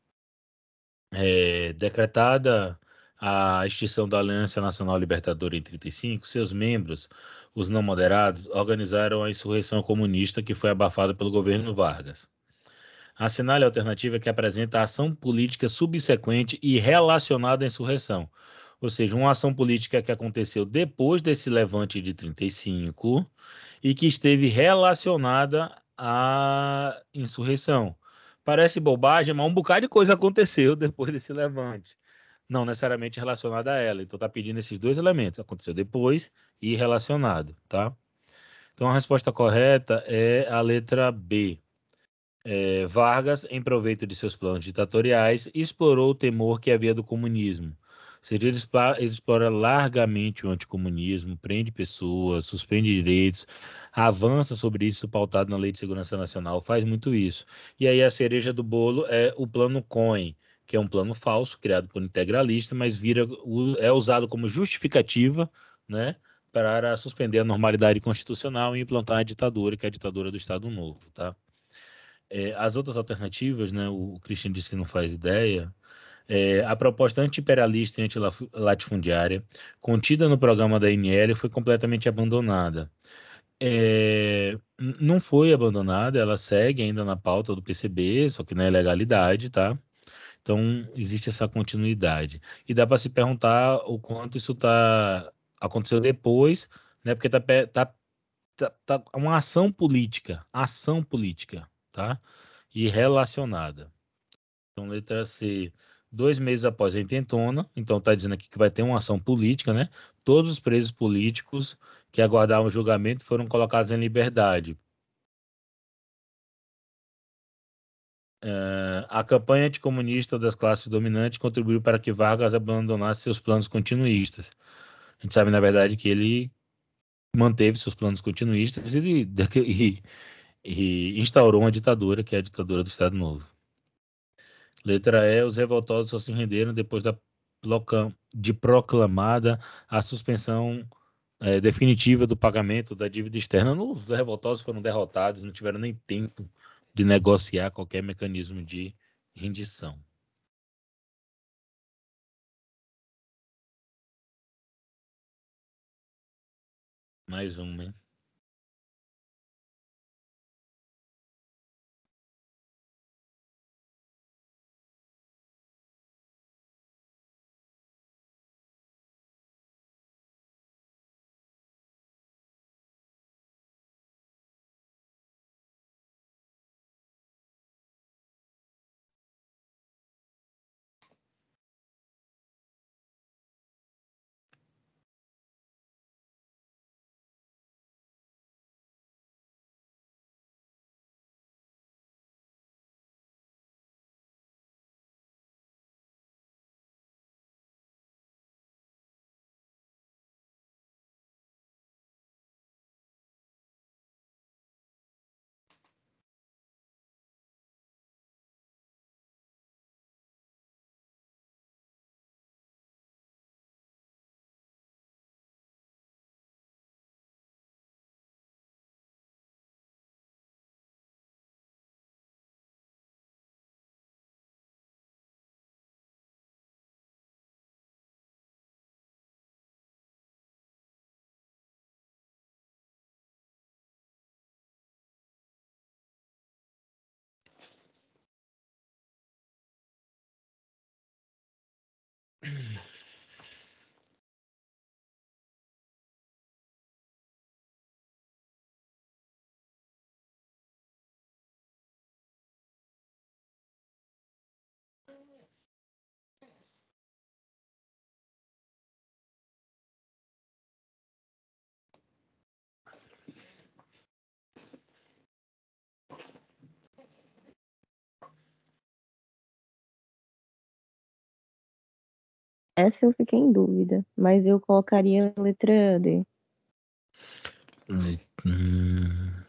é, decretada a extinção da Aliança Nacional Libertadora em trinta e cinco, seus membros, os não moderados, organizaram a insurreição comunista que foi abafada pelo governo Vargas. Assinale a alternativa que apresenta a ação política subsequente e relacionada à insurreição. Ou seja, uma ação política que aconteceu depois desse levante de trinta e cinco e que esteve relacionada à insurreição. Parece bobagem, mas um bocado de coisa aconteceu depois desse levante. Não necessariamente relacionada a ela. Então, está pedindo esses dois elementos. Aconteceu depois e relacionado, tá? Então, a resposta correta é a letra B. É, Vargas, em proveito de seus planos ditatoriais, explorou o temor que havia do comunismo. Ou seja, ele expla- ele explora largamente o anticomunismo, prende pessoas, suspende direitos, avança sobre isso pautado na Lei de Segurança Nacional, faz muito isso. E aí a cereja do bolo é o Plano Cohen, que é um plano falso, criado por integralista, mas vira, o- é usado como justificativa, né, para suspender a normalidade constitucional e implantar a ditadura, que é a ditadura do Estado Novo, tá? É, as outras alternativas, né, o Christian disse que não faz ideia, É, a proposta anti-imperialista e anti-latifundiária, contida no programa da A N L, foi completamente abandonada. É, n- não foi abandonada, ela segue ainda na pauta do P C B, só que na ilegalidade, tá? Então, existe essa continuidade. E dá para se perguntar o quanto isso tá, aconteceu depois, né? Porque tá, pe- tá, tá, tá uma ação política, ação política, tá? E relacionada. Então, letra C, dois meses após a intentona, então está dizendo aqui que vai ter uma ação política, né? Todos os presos políticos que aguardavam julgamento foram colocados em liberdade. Eh, A campanha anticomunista das classes dominantes contribuiu para que Vargas abandonasse seus planos continuistas. A gente sabe, na verdade, que ele manteve seus planos continuistas e, e, e instaurou uma ditadura, que é a ditadura do Estado Novo. Letra E, os revoltosos só se renderam depois da ploca- de proclamada a suspensão eh, definitiva do pagamento da dívida externa. Os revoltosos foram derrotados, não tiveram nem tempo de negociar qualquer mecanismo de rendição. Mais um, hein? Essa eu fiquei em dúvida, mas eu colocaria a letra D. Hum.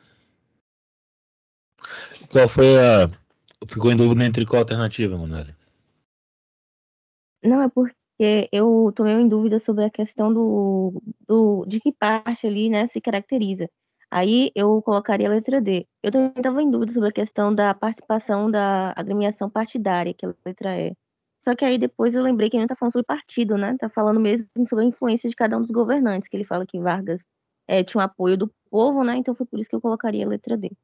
Qual foi a. Ficou em dúvida entre qual alternativa, Manuel? Não, é porque eu tô meio em dúvida sobre a questão do, do de que parte ali, né, se caracteriza. Aí eu colocaria a letra D. Eu também estava em dúvida sobre a questão da participação da agremiação partidária, que é a letra E. Só que aí depois eu lembrei que ele não tá falando sobre partido, né? Tá falando mesmo sobre a influência de cada um dos governantes, que ele fala que Vargas eh, tinha um apoio do povo, né? Então foi por isso que eu colocaria a letra D.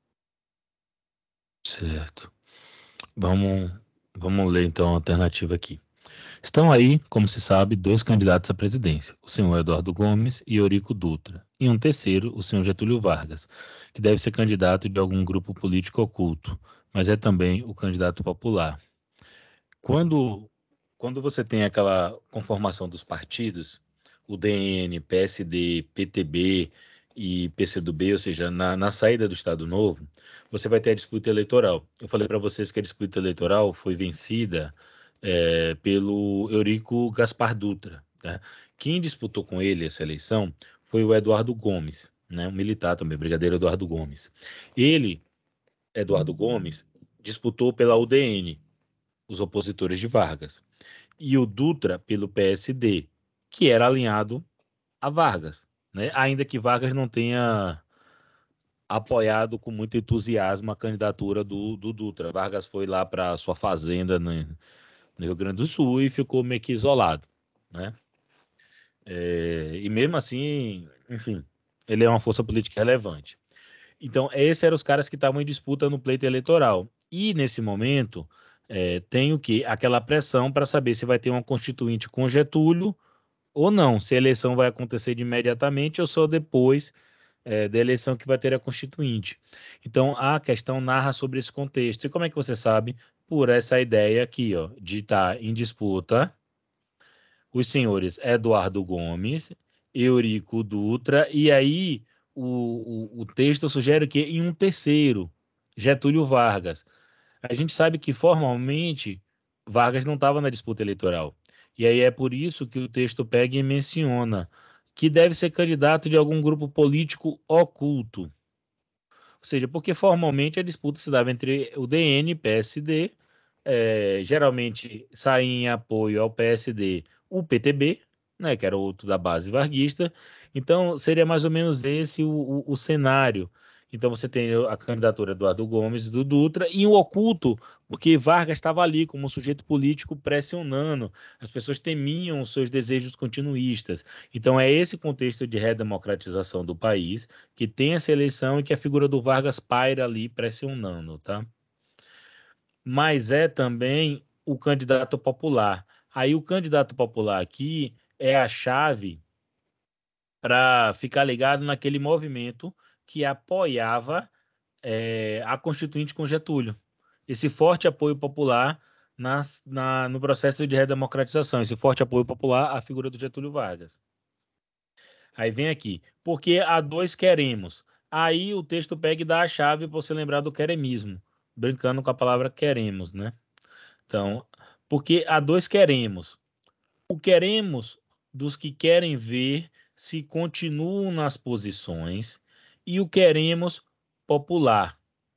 Certo. Vamos, vamos ler então a alternativa aqui. Estão aí, como se sabe, dois candidatos à presidência, o senhor Eduardo Gomes e Eurico Dutra, e um terceiro, o senhor Getúlio Vargas, que deve ser candidato de algum grupo político oculto, mas é também o candidato popular. Quando, quando você tem aquela conformação dos partidos, o D N, P S D, P T B e P C do B, ou seja, na, na saída do Estado Novo, você vai ter a disputa eleitoral. Eu falei para vocês que a disputa eleitoral foi vencida é, pelo Eurico Gaspar Dutra, tá? Quem disputou com ele essa eleição foi o Eduardo Gomes, né? Um militar também, o brigadeiro Eduardo Gomes. Ele, Eduardo Gomes, disputou pela U D N, os opositores de Vargas, e o Dutra pelo P S D, que era alinhado a Vargas, né? Ainda que Vargas não tenha apoiado com muito entusiasmo a candidatura do, do Dutra. Vargas foi lá para sua fazenda, né, no Rio Grande do Sul, e ficou meio que isolado, né? É, e mesmo assim, enfim, ele é uma força política relevante. Então, esses eram os caras que estavam em disputa no pleito eleitoral. E, nesse momento, é, tem o quê? Aquela pressão para saber se vai ter uma constituinte com Getúlio ou não, se a eleição vai acontecer de imediatamente ou só depois é, da eleição que vai ter a constituinte. Então, a questão narra sobre esse contexto. E como é que você sabe? Por essa ideia aqui, ó, de estar em disputa os senhores Eduardo Gomes, Eurico Dutra, e aí o, o, o texto sugere que em um terceiro, Getúlio Vargas. A gente sabe que formalmente Vargas não estava na disputa eleitoral. E aí é por isso que o texto pega e menciona que deve ser candidato de algum grupo político oculto. Ou seja, porque formalmente a disputa se dava entre o D N e P S D, é, geralmente saía em apoio ao P S D o P T B, né, que era outro da base varguista. Então, seria mais ou menos esse o, o, o cenário. Então, você tem a candidatura do Eduardo Gomes e do Dutra, e o oculto, porque Vargas estava ali como um sujeito político pressionando, as pessoas temiam os seus desejos continuistas. Então, é esse contexto de redemocratização do país que tem essa eleição e que a figura do Vargas paira ali pressionando, tá? Mas é também o candidato popular. Aí o candidato popular aqui é a chave para ficar ligado naquele movimento que apoiava é, a Constituinte com Getúlio. Esse forte apoio popular nas, na, no processo de redemocratização, esse forte apoio popular à figura do Getúlio Vargas. Aí vem aqui, porque há dois queremos. Aí o texto pega e dá a chave para você lembrar do queremismo, brincando com a palavra queremos, né? Então, porque há dois queremos. O queremos dos que querem ver se continuam nas posições e o queremos popular.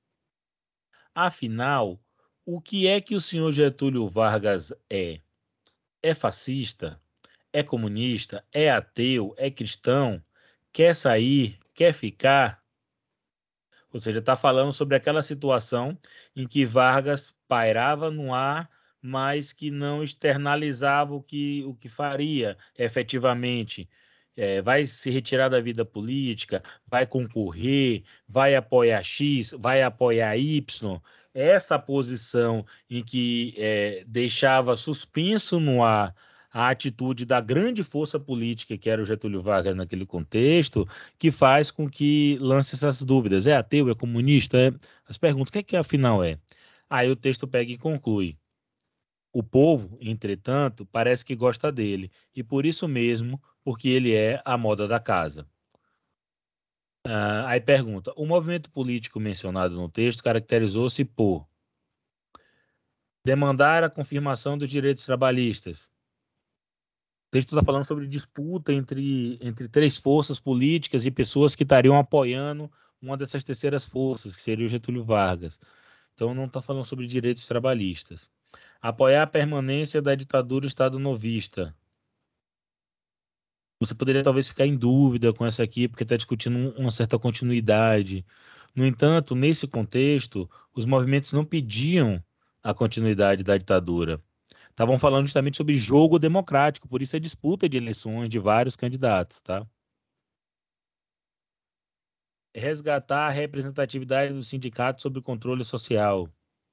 Afinal, o que é que o senhor Getúlio Vargas é? É fascista? É comunista? É ateu? É cristão? Quer sair? Quer ficar? Ou seja, está falando sobre aquela situação em que Vargas pairava no ar, mas que não externalizava o que, o que faria efetivamente. É, vai se retirar da vida política, vai concorrer, vai apoiar X, vai apoiar Y. Essa posição em que é, deixava suspenso no ar a atitude da grande força política que era o Getúlio Vargas naquele contexto, que faz com que lance essas dúvidas. É ateu? É comunista? É... As perguntas, o que é que afinal é? Aí o texto pega e conclui. O povo, entretanto, parece que gosta dele, e por isso mesmo, porque ele é a moda da casa. Ah, aí pergunta: o movimento político mencionado no texto caracterizou-se por demandar a confirmação dos direitos trabalhistas. O texto está falando sobre disputa entre, entre três forças políticas e pessoas que estariam apoiando uma dessas terceiras forças, que seria o Getúlio Vargas. Então, não está falando sobre direitos trabalhistas. Apoiar a permanência da ditadura Estado novista. Você poderia talvez ficar em dúvida com essa aqui, porque está discutindo um- uma certa continuidade. No entanto, nesse contexto, os movimentos não pediam a continuidade da ditadura. Estavam falando justamente sobre jogo democrático, por isso a disputa de eleições de vários candidatos, tá? Resgatar a representatividade do sindicato sobre o controle social.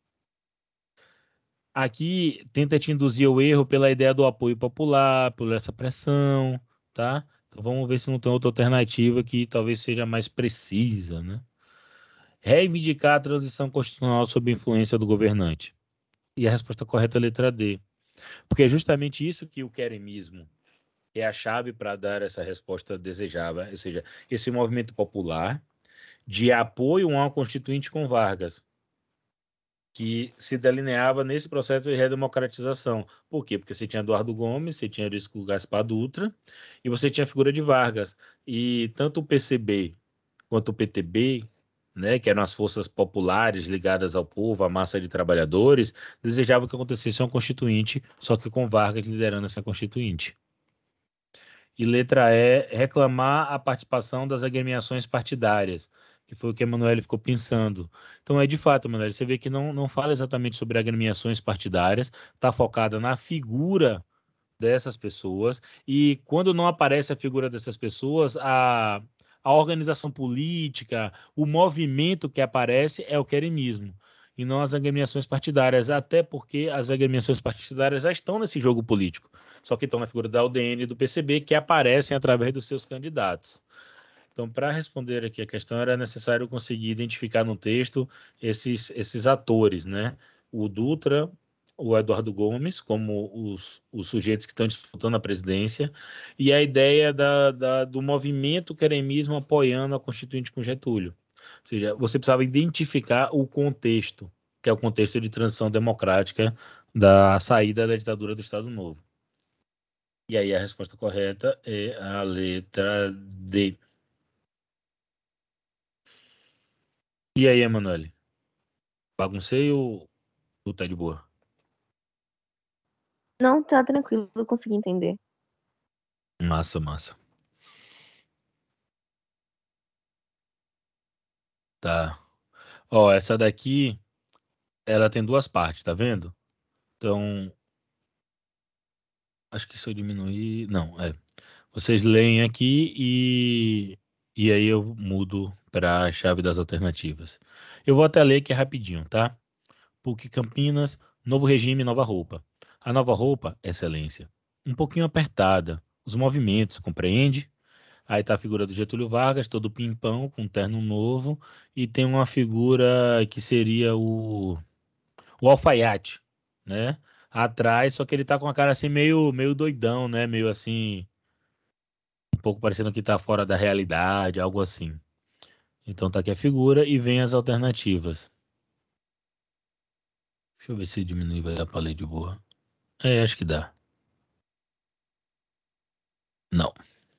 Aqui tenta te induzir ao erro pela ideia do apoio popular, por essa pressão, tá? Então vamos ver se não tem outra alternativa que talvez seja mais precisa, né? Reivindicar a transição constitucional sob influência do governante. E a resposta correta é a letra D. Porque é justamente isso que o queremismo é a chave para dar essa resposta desejável, ou seja, esse movimento popular de apoio a uma constituinte com Vargas, que se delineava nesse processo de redemocratização. Por quê? Porque você tinha Eduardo Gomes, você tinha Eurico Gaspar Dutra, e você tinha a figura de Vargas. E tanto o P C B quanto o P T B, né, que eram as forças populares ligadas ao povo, à massa de trabalhadores, desejavam que acontecesse uma constituinte, só que com Vargas liderando essa constituinte. E letra E, reclamar a participação das agremiações partidárias, que foi o que a Emanuele ficou pensando. Então, é de fato, Emanuele, você vê que não, não fala exatamente sobre agremiações partidárias, está focada na figura dessas pessoas, e quando não aparece a figura dessas pessoas, a, a organização política, o movimento que aparece é o queremismo, e não as agremiações partidárias, até porque as agremiações partidárias já estão nesse jogo político, só que estão na figura da U D N e do P C B, que aparecem através dos seus candidatos. Então, para responder aqui a questão, era necessário conseguir identificar no texto esses, esses atores, né? O Dutra, o Eduardo Gomes, como os, os sujeitos que estão disputando a presidência, e a ideia da, da- do movimento queremismo apoiando a Constituinte com Getúlio. Ou seja, você precisava identificar o contexto, que é o contexto de transição democrática da saída da ditadura do Estado Novo. E aí a resposta correta é a letra D. E aí, Emanuele? Baguncei ou, ou tá de boa? Não, tá tranquilo, eu consegui entender. Massa, massa. Tá. Ó, essa daqui, ela tem duas partes, tá vendo? Então, acho que se eu diminuir. Não, é. Vocês leem aqui e, e aí eu mudo para a chave das alternativas. Eu vou até ler que é rapidinho, tá? PUC Campinas, novo regime, nova roupa. A nova roupa, excelência. Um pouquinho apertada. Os movimentos, compreende? Aí tá a figura do Getúlio Vargas, todo pimpão, com um terno novo, e tem uma figura que seria o, o alfaiate, né? Atrás, só que ele tá com a cara assim meio, meio doidão, né? Meio assim, um pouco parecendo que tá fora da realidade, algo assim. Então tá aqui a figura e vem as alternativas. Deixa eu ver se diminui, vai dar pra ler de boa. É, acho que dá. Não.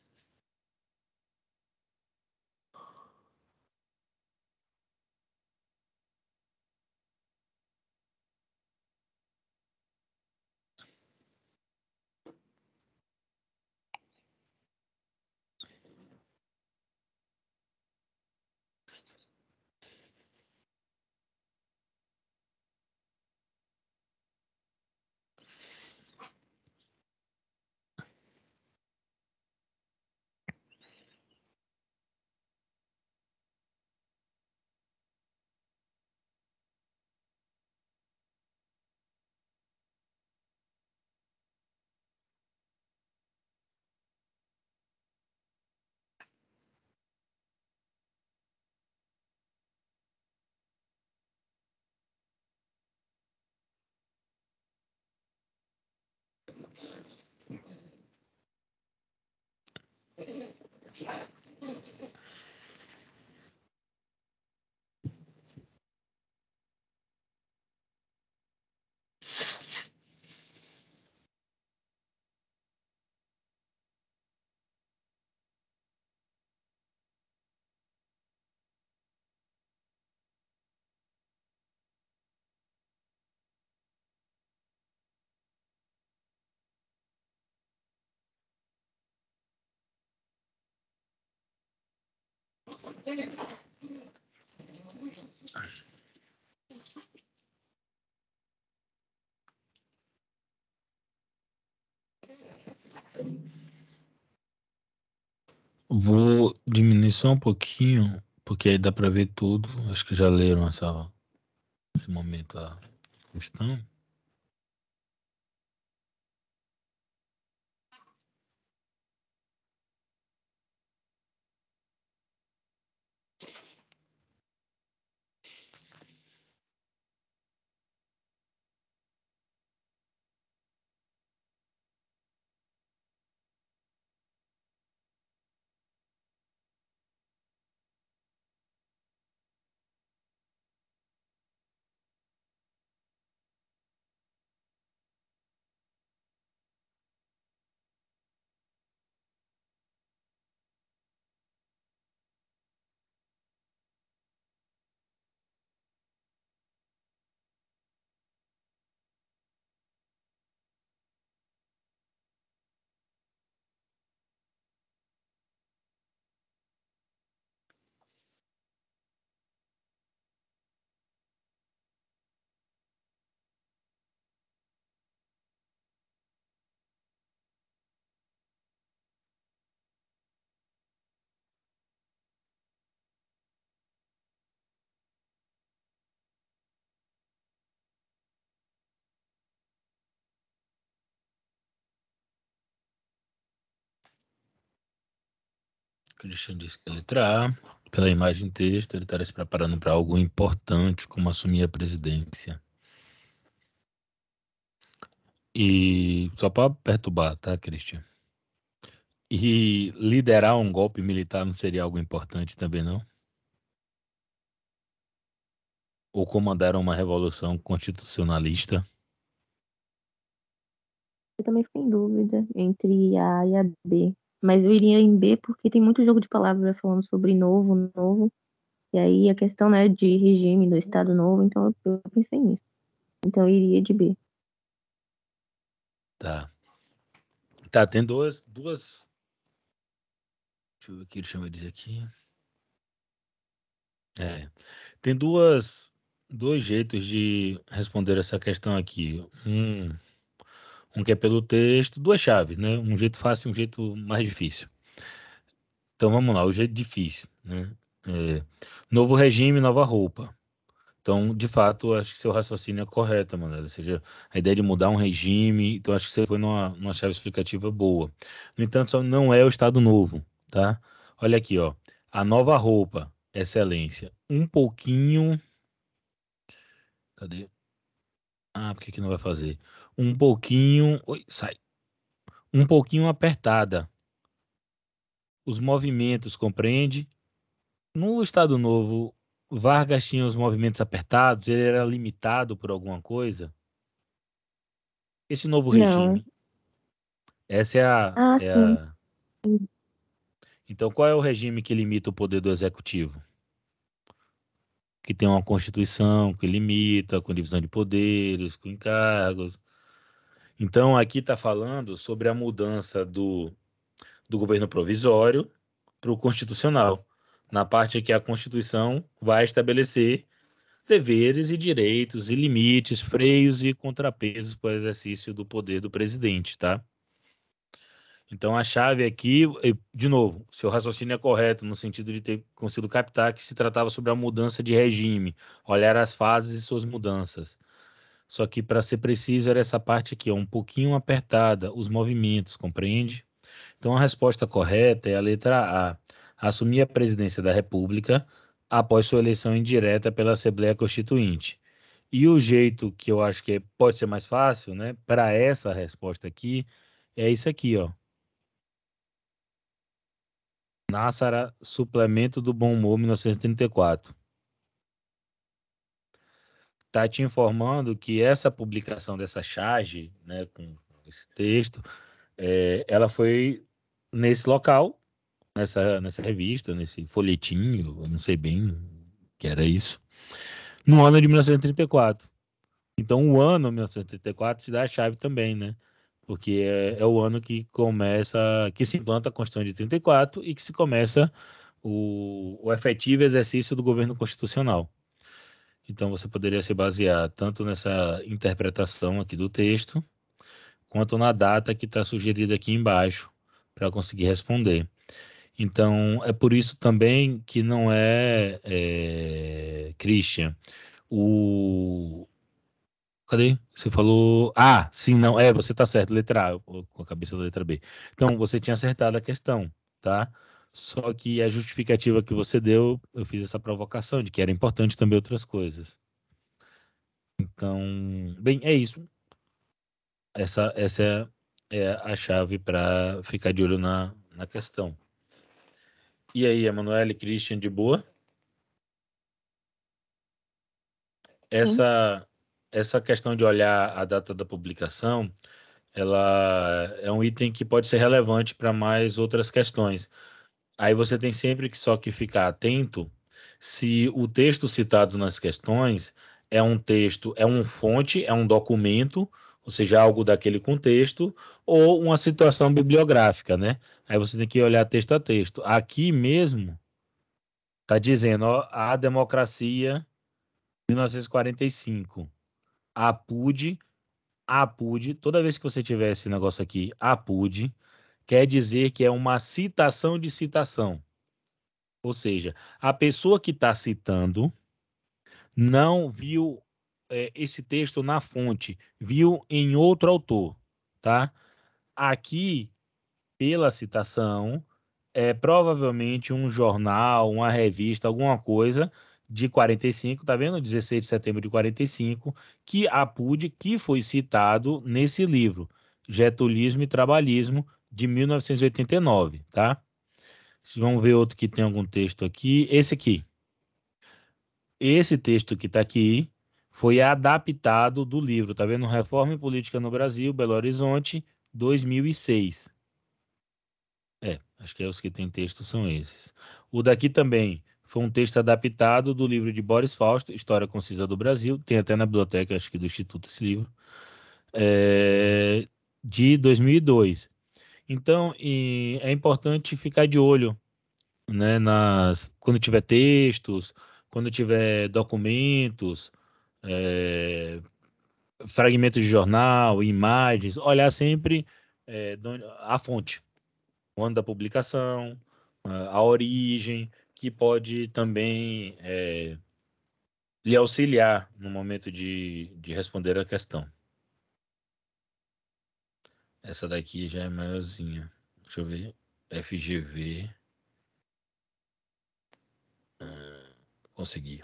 Vou diminuir só um pouquinho, porque aí dá pra ver tudo. Acho que já leram essa, esse momento a questão. Christian disse que a letra A, pela imagem e texto, ele estaria se preparando para algo importante, como assumir a presidência. E só para perturbar, tá, Christian? E liderar um golpe militar não seria algo importante também, não? Ou comandar uma revolução constitucionalista? Eu também fiquei em dúvida entre a A e a B. Mas eu iria em B porque tem muito jogo de palavras falando sobre novo, novo. E aí a questão, né, de regime do Estado Novo, então eu, eu pensei nisso. Então eu iria de B. Tá. Tá, tem duas, duas. Deixa eu ver o que ele chama de dizer aqui. É. Tem duas, dois jeitos de responder essa questão aqui. Um, um que é pelo texto, duas chaves, né? Um jeito fácil e um jeito mais difícil. Então vamos lá, o jeito difícil, né? É, novo regime, nova roupa. Então, de fato, acho que seu raciocínio é correto, Manuela. Ou seja, a ideia de mudar um regime, então acho que você foi numa, numa chave explicativa boa. No entanto, só não é o Estado Novo, tá? Olha aqui, ó. A nova roupa, excelência. Um pouquinho. Cadê? Ah, por que que não vai fazer? Um pouquinho. Oi, sai. Um pouquinho apertada. Os movimentos, compreende? No Estado Novo, Vargas tinha os movimentos apertados, ele era limitado por alguma coisa. Esse novo Não. regime. Essa é a, Ah, é sim. a. Então, qual é o regime que limita o poder do executivo? Que tem uma Constituição que limita, com divisão de poderes, com encargos. Então, aqui está falando sobre a mudança do, do governo provisório para o constitucional, na parte que a Constituição vai estabelecer deveres e direitos e limites, freios e contrapesos para o exercício do poder do presidente, tá? Então a chave aqui, de novo, seu raciocínio é correto no sentido de ter conseguido captar que se tratava sobre a mudança de regime, olhar as fases e suas mudanças. Só que para ser preciso era essa parte aqui, ó, um pouquinho apertada, os movimentos, compreende? Então a resposta correta é a letra A. Assumir a presidência da República após sua eleição indireta pela Assembleia Constituinte. E o jeito que eu acho que pode ser mais fácil, né, para essa resposta aqui, é isso aqui, ó. Nassara, Suplemento do Bom Humor, mil novecentos e trinta e quatro. Está te informando que essa publicação dessa charge, né, com esse texto, é, ela foi nesse local, nessa, nessa revista, nesse folhetinho, eu não sei bem o que era isso, no ano de mil novecentos e trinta e quatro. Então, o ano mil novecentos e trinta e quatro te dá a chave também, né? Porque é, é o ano que começa, que se implanta a Constituição de trinta e quatro e que se começa o, o efetivo exercício do governo constitucional. Então, você poderia se basear tanto nessa interpretação aqui do texto, quanto na data que está sugerida aqui embaixo, para conseguir responder. Então, é por isso também que não é, é Christian, o, cadê? Você falou. Ah, sim, não. É, você tá certo, letra A, eu- com a cabeça da letra B. Então, você tinha acertado a questão, tá? Só que a justificativa que você deu, eu fiz essa provocação de que era importante também outras coisas. Então, bem, é isso. Essa, essa é, é a chave para ficar de olho na, na questão. E aí, Emanuele, Christian, de boa? Sim. Essa, essa questão de olhar a data da publicação ela é um item que pode ser relevante para mais outras questões. Aí você tem sempre que só que ficar atento se o texto citado nas questões é um texto, é um fonte, é um documento, ou seja, algo daquele contexto, ou uma situação bibliográfica, né? Aí você tem que olhar texto a texto. Aqui mesmo está dizendo, ó, a democracia, mil novecentos e quarenta e cinco. A PUD, a PUD, toda vez que você tiver esse negócio aqui, a PUD, quer dizer que é uma citação de citação. Ou seja, a pessoa que está citando não viu é, esse texto na fonte, viu em outro autor, tá? Aqui, pela citação, é provavelmente um jornal, uma revista, alguma coisa de quarenta e cinco, tá vendo? dezesseis de setembro de quarenta e cinco, que apude que foi citado nesse livro, Getulismo e Trabalhismo, de mil novecentos e oitenta e nove, tá? Vamos ver outro que tem algum texto aqui. Esse aqui. Esse texto que está aqui foi adaptado do livro, tá vendo? Reforma e Política no Brasil, Belo Horizonte, dois mil e seis. É, acho que é os que tem texto são esses. O daqui também foi um texto adaptado do livro de Boris Fausto, História Concisa do Brasil, tem até na biblioteca, acho que do Instituto esse livro, é, de dois mil e dois. Então, e é importante ficar de olho, né, nas, quando tiver textos, quando tiver documentos, é, fragmentos de jornal, imagens, olhar sempre é, do- a fonte, o ano da publicação, a a origem, que pode também é, lhe auxiliar no momento de, de responder a questão. Essa daqui já é maiorzinha. Deixa eu ver. F G V. Ah, consegui.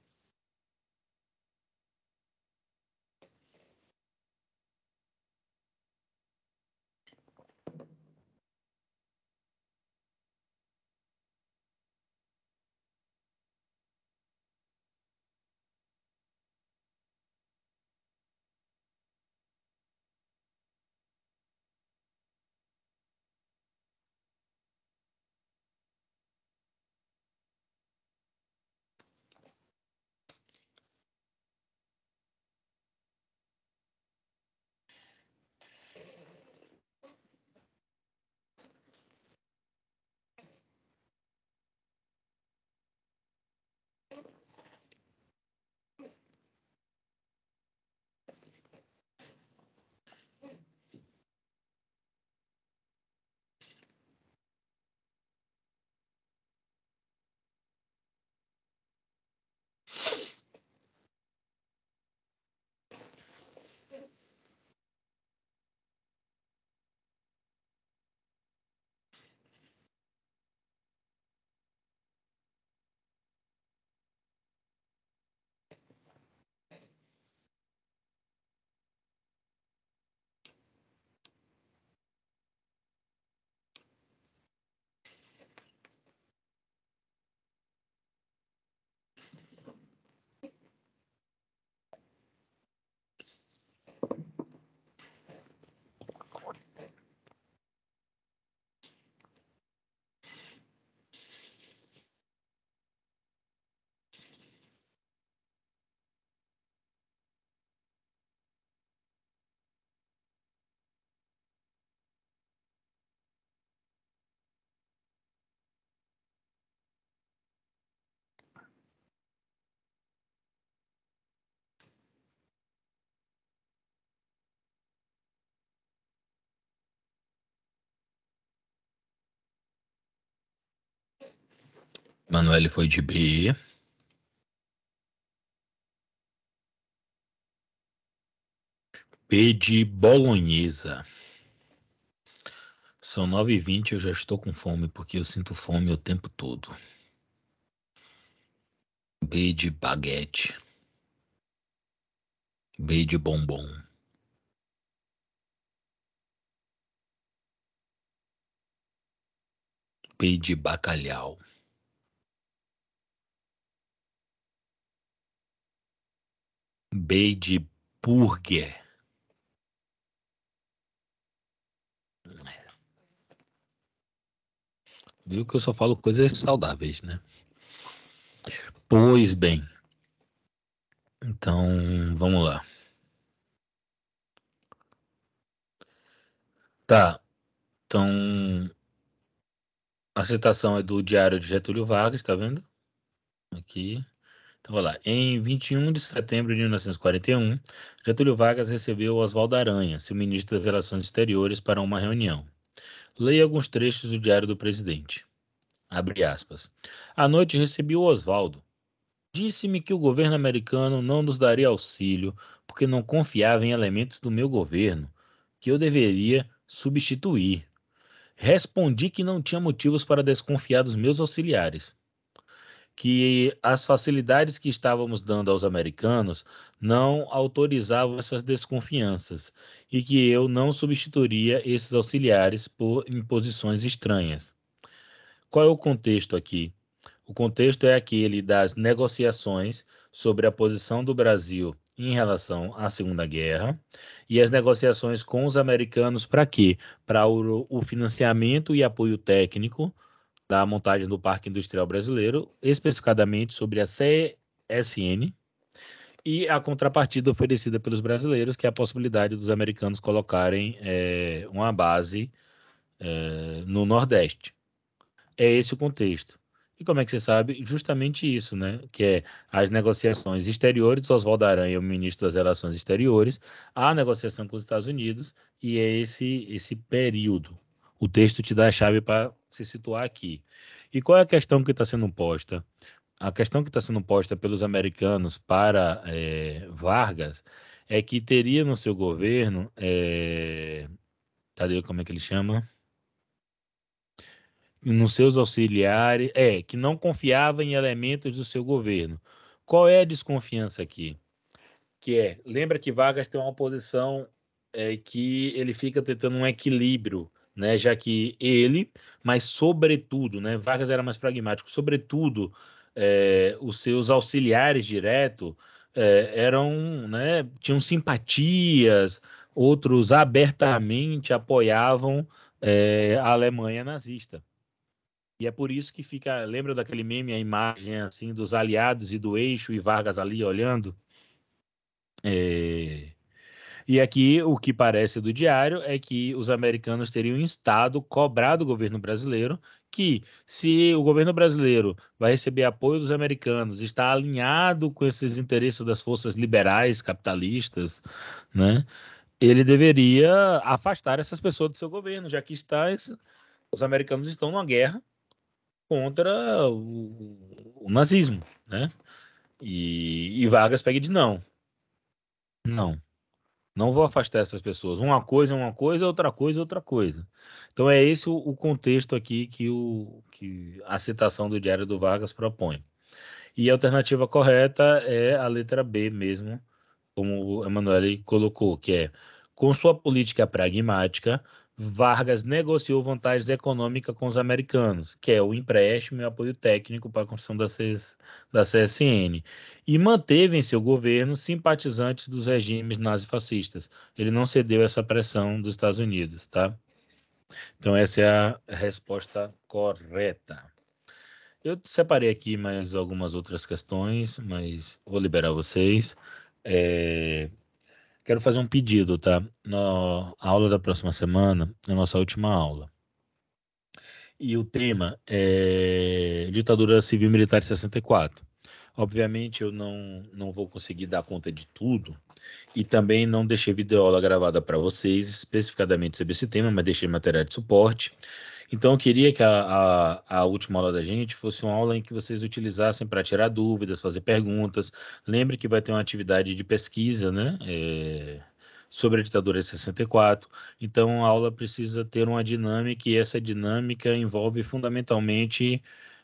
Manoel foi de B. B de bolonhesa. São nove e vinte, eu já estou com fome, porque eu sinto fome o tempo todo. B de baguete. B de bombom. B de bacalhau. B de burger. Viu que eu só falo coisas saudáveis, né? Pois bem. Então, vamos lá. Tá. Então, a citação é do Diário de Getúlio Vargas, tá vendo? Aqui. Então, vai lá. Em vinte e um de setembro de mil novecentos e quarenta e um, Getúlio Vargas recebeu Oswaldo Aranha, seu ministro das Relações Exteriores, para uma reunião. Leia alguns trechos do Diário do Presidente. Abre aspas. À noite recebi o Oswaldo. Disse-me que o governo americano não nos daria auxílio porque não confiava em elementos do meu governo, que eu deveria substituir. Respondi que não tinha motivos para desconfiar dos meus auxiliares, que as facilidades que estávamos dando aos americanos não autorizavam essas desconfianças e que eu não substituiria esses auxiliares por imposições estranhas. Qual é o contexto aqui? O contexto é aquele das negociações sobre a posição do Brasil em relação à Segunda Guerra e as negociações com os americanos para quê? Para o, o financiamento e apoio técnico da montagem do Parque Industrial Brasileiro, especificadamente sobre a C S N, e a contrapartida oferecida pelos brasileiros, que é a possibilidade dos americanos colocarem é, uma base é, no Nordeste. É esse o contexto. E como é que você sabe? Justamente isso, né? Que é as negociações exteriores, Oswaldo Aranha é o ministro das Relações Exteriores, a negociação com os Estados Unidos, e é esse, esse período. O texto te dá a chave para se situar aqui. E qual é a questão que está sendo posta? A questão que está sendo posta pelos americanos para é, Vargas é que teria no seu governo, é, cadê como é que ele chama? Nos seus auxiliares, é, que não confiava em elementos do seu governo. Qual é a desconfiança aqui? Que é, lembra que Vargas tem uma posição é, que ele fica tentando um equilíbrio, né? Já que ele, mas sobretudo, né? Vargas era mais pragmático, sobretudo é, os seus auxiliares diretos é, eram, né? Tinham simpatias, outros abertamente apoiavam é, a Alemanha nazista. E é por isso que fica, lembra daquele meme, a imagem assim dos aliados e do eixo e Vargas ali olhando? É, e aqui o que parece do diário é que os americanos teriam instado, cobrado o governo brasileiro, que se o governo brasileiro vai receber apoio dos americanos, está alinhado com esses interesses das forças liberais, capitalistas, né? Ele deveria afastar essas pessoas do seu governo, já que está, os americanos estão numa guerra contra o, o nazismo, né? E, e Vargas pega e diz, não, não. Não vou afastar essas pessoas. Uma coisa é uma coisa, outra coisa é outra coisa. Então é esse o, o contexto aqui que, o, que a citação do Diário do Vargas propõe. E a alternativa correta é a letra B mesmo, como o Emanuele colocou, que é, com sua política pragmática, Vargas negociou vantagens econômicas com os americanos, que é o empréstimo e o apoio técnico para a construção da, C S da C S N, e manteve em seu governo simpatizantes dos regimes nazifascistas. Ele não cedeu essa pressão dos Estados Unidos, tá? Então essa é a resposta correta. Eu separei aqui mais algumas outras questões, mas vou liberar vocês. É, Quero fazer um pedido, tá? Na aula da próxima semana, é a nossa última aula. E o tema é ditadura civil-militar de sessenta e quatro. Obviamente, eu não, não vou conseguir dar conta de tudo e também não deixei videoaula gravada para vocês, especificadamente sobre esse tema, mas deixei material de suporte. Então, eu queria que a, a, a última aula da gente fosse uma aula em que vocês utilizassem para tirar dúvidas, fazer perguntas. Lembre que vai ter uma atividade de pesquisa, né? É, sobre a ditadura de sessenta e quatro. Então, a aula precisa ter uma dinâmica e essa dinâmica envolve fundamentalmente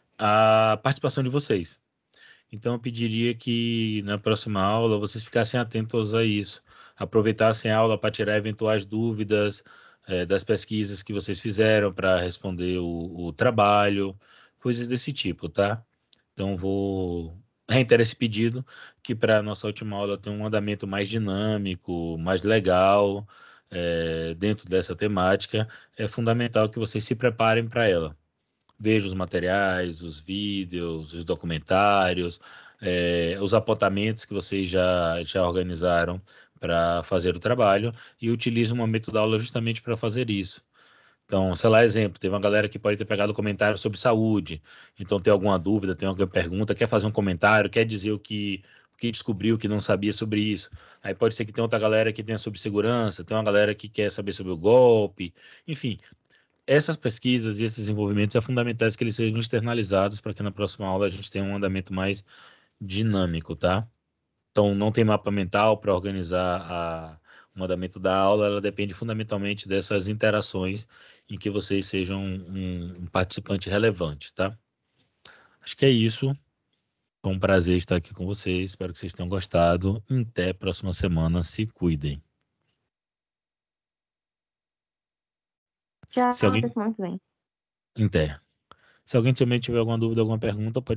a participação de vocês. Então, eu pediria que na próxima aula vocês ficassem atentos a isso, aproveitassem a aula para tirar eventuais dúvidas eh, das pesquisas que vocês fizeram para responder o, o trabalho, coisas desse tipo, tá? Então, vou reiterar esse pedido, que para a nossa última aula tenha um andamento mais dinâmico, mais legal, eh, dentro dessa temática. É fundamental que vocês se preparem para ela. Veja os materiais, os vídeos, os documentários, eh, os apontamentos que vocês já, já organizaram para fazer o trabalho e utilize uma metodologia justamente para fazer isso. Então, sei lá, exemplo, teve uma galera que pode ter pegado comentário sobre saúde, então tem alguma dúvida, tem alguma pergunta, quer fazer um comentário, quer dizer o que, o que descobriu, que não sabia sobre isso. Aí pode ser que tenha outra galera que tenha sobre segurança, tem uma galera que quer saber sobre o golpe, enfim, essas pesquisas e esses desenvolvimentos é fundamentais que eles sejam externalizados para que na próxima aula a gente tenha um andamento mais dinâmico, tá? Então, não tem mapa mental para organizar a, O andamento da aula, ela depende fundamentalmente dessas interações em que vocês sejam um, um participante relevante, tá? Acho que é isso. Foi um prazer estar aqui com vocês. Espero que vocês tenham gostado. Até a próxima semana. Se cuidem. Tchau, Se até alguém. semana que vem. Até. Se alguém também tiver alguma dúvida, alguma pergunta, pode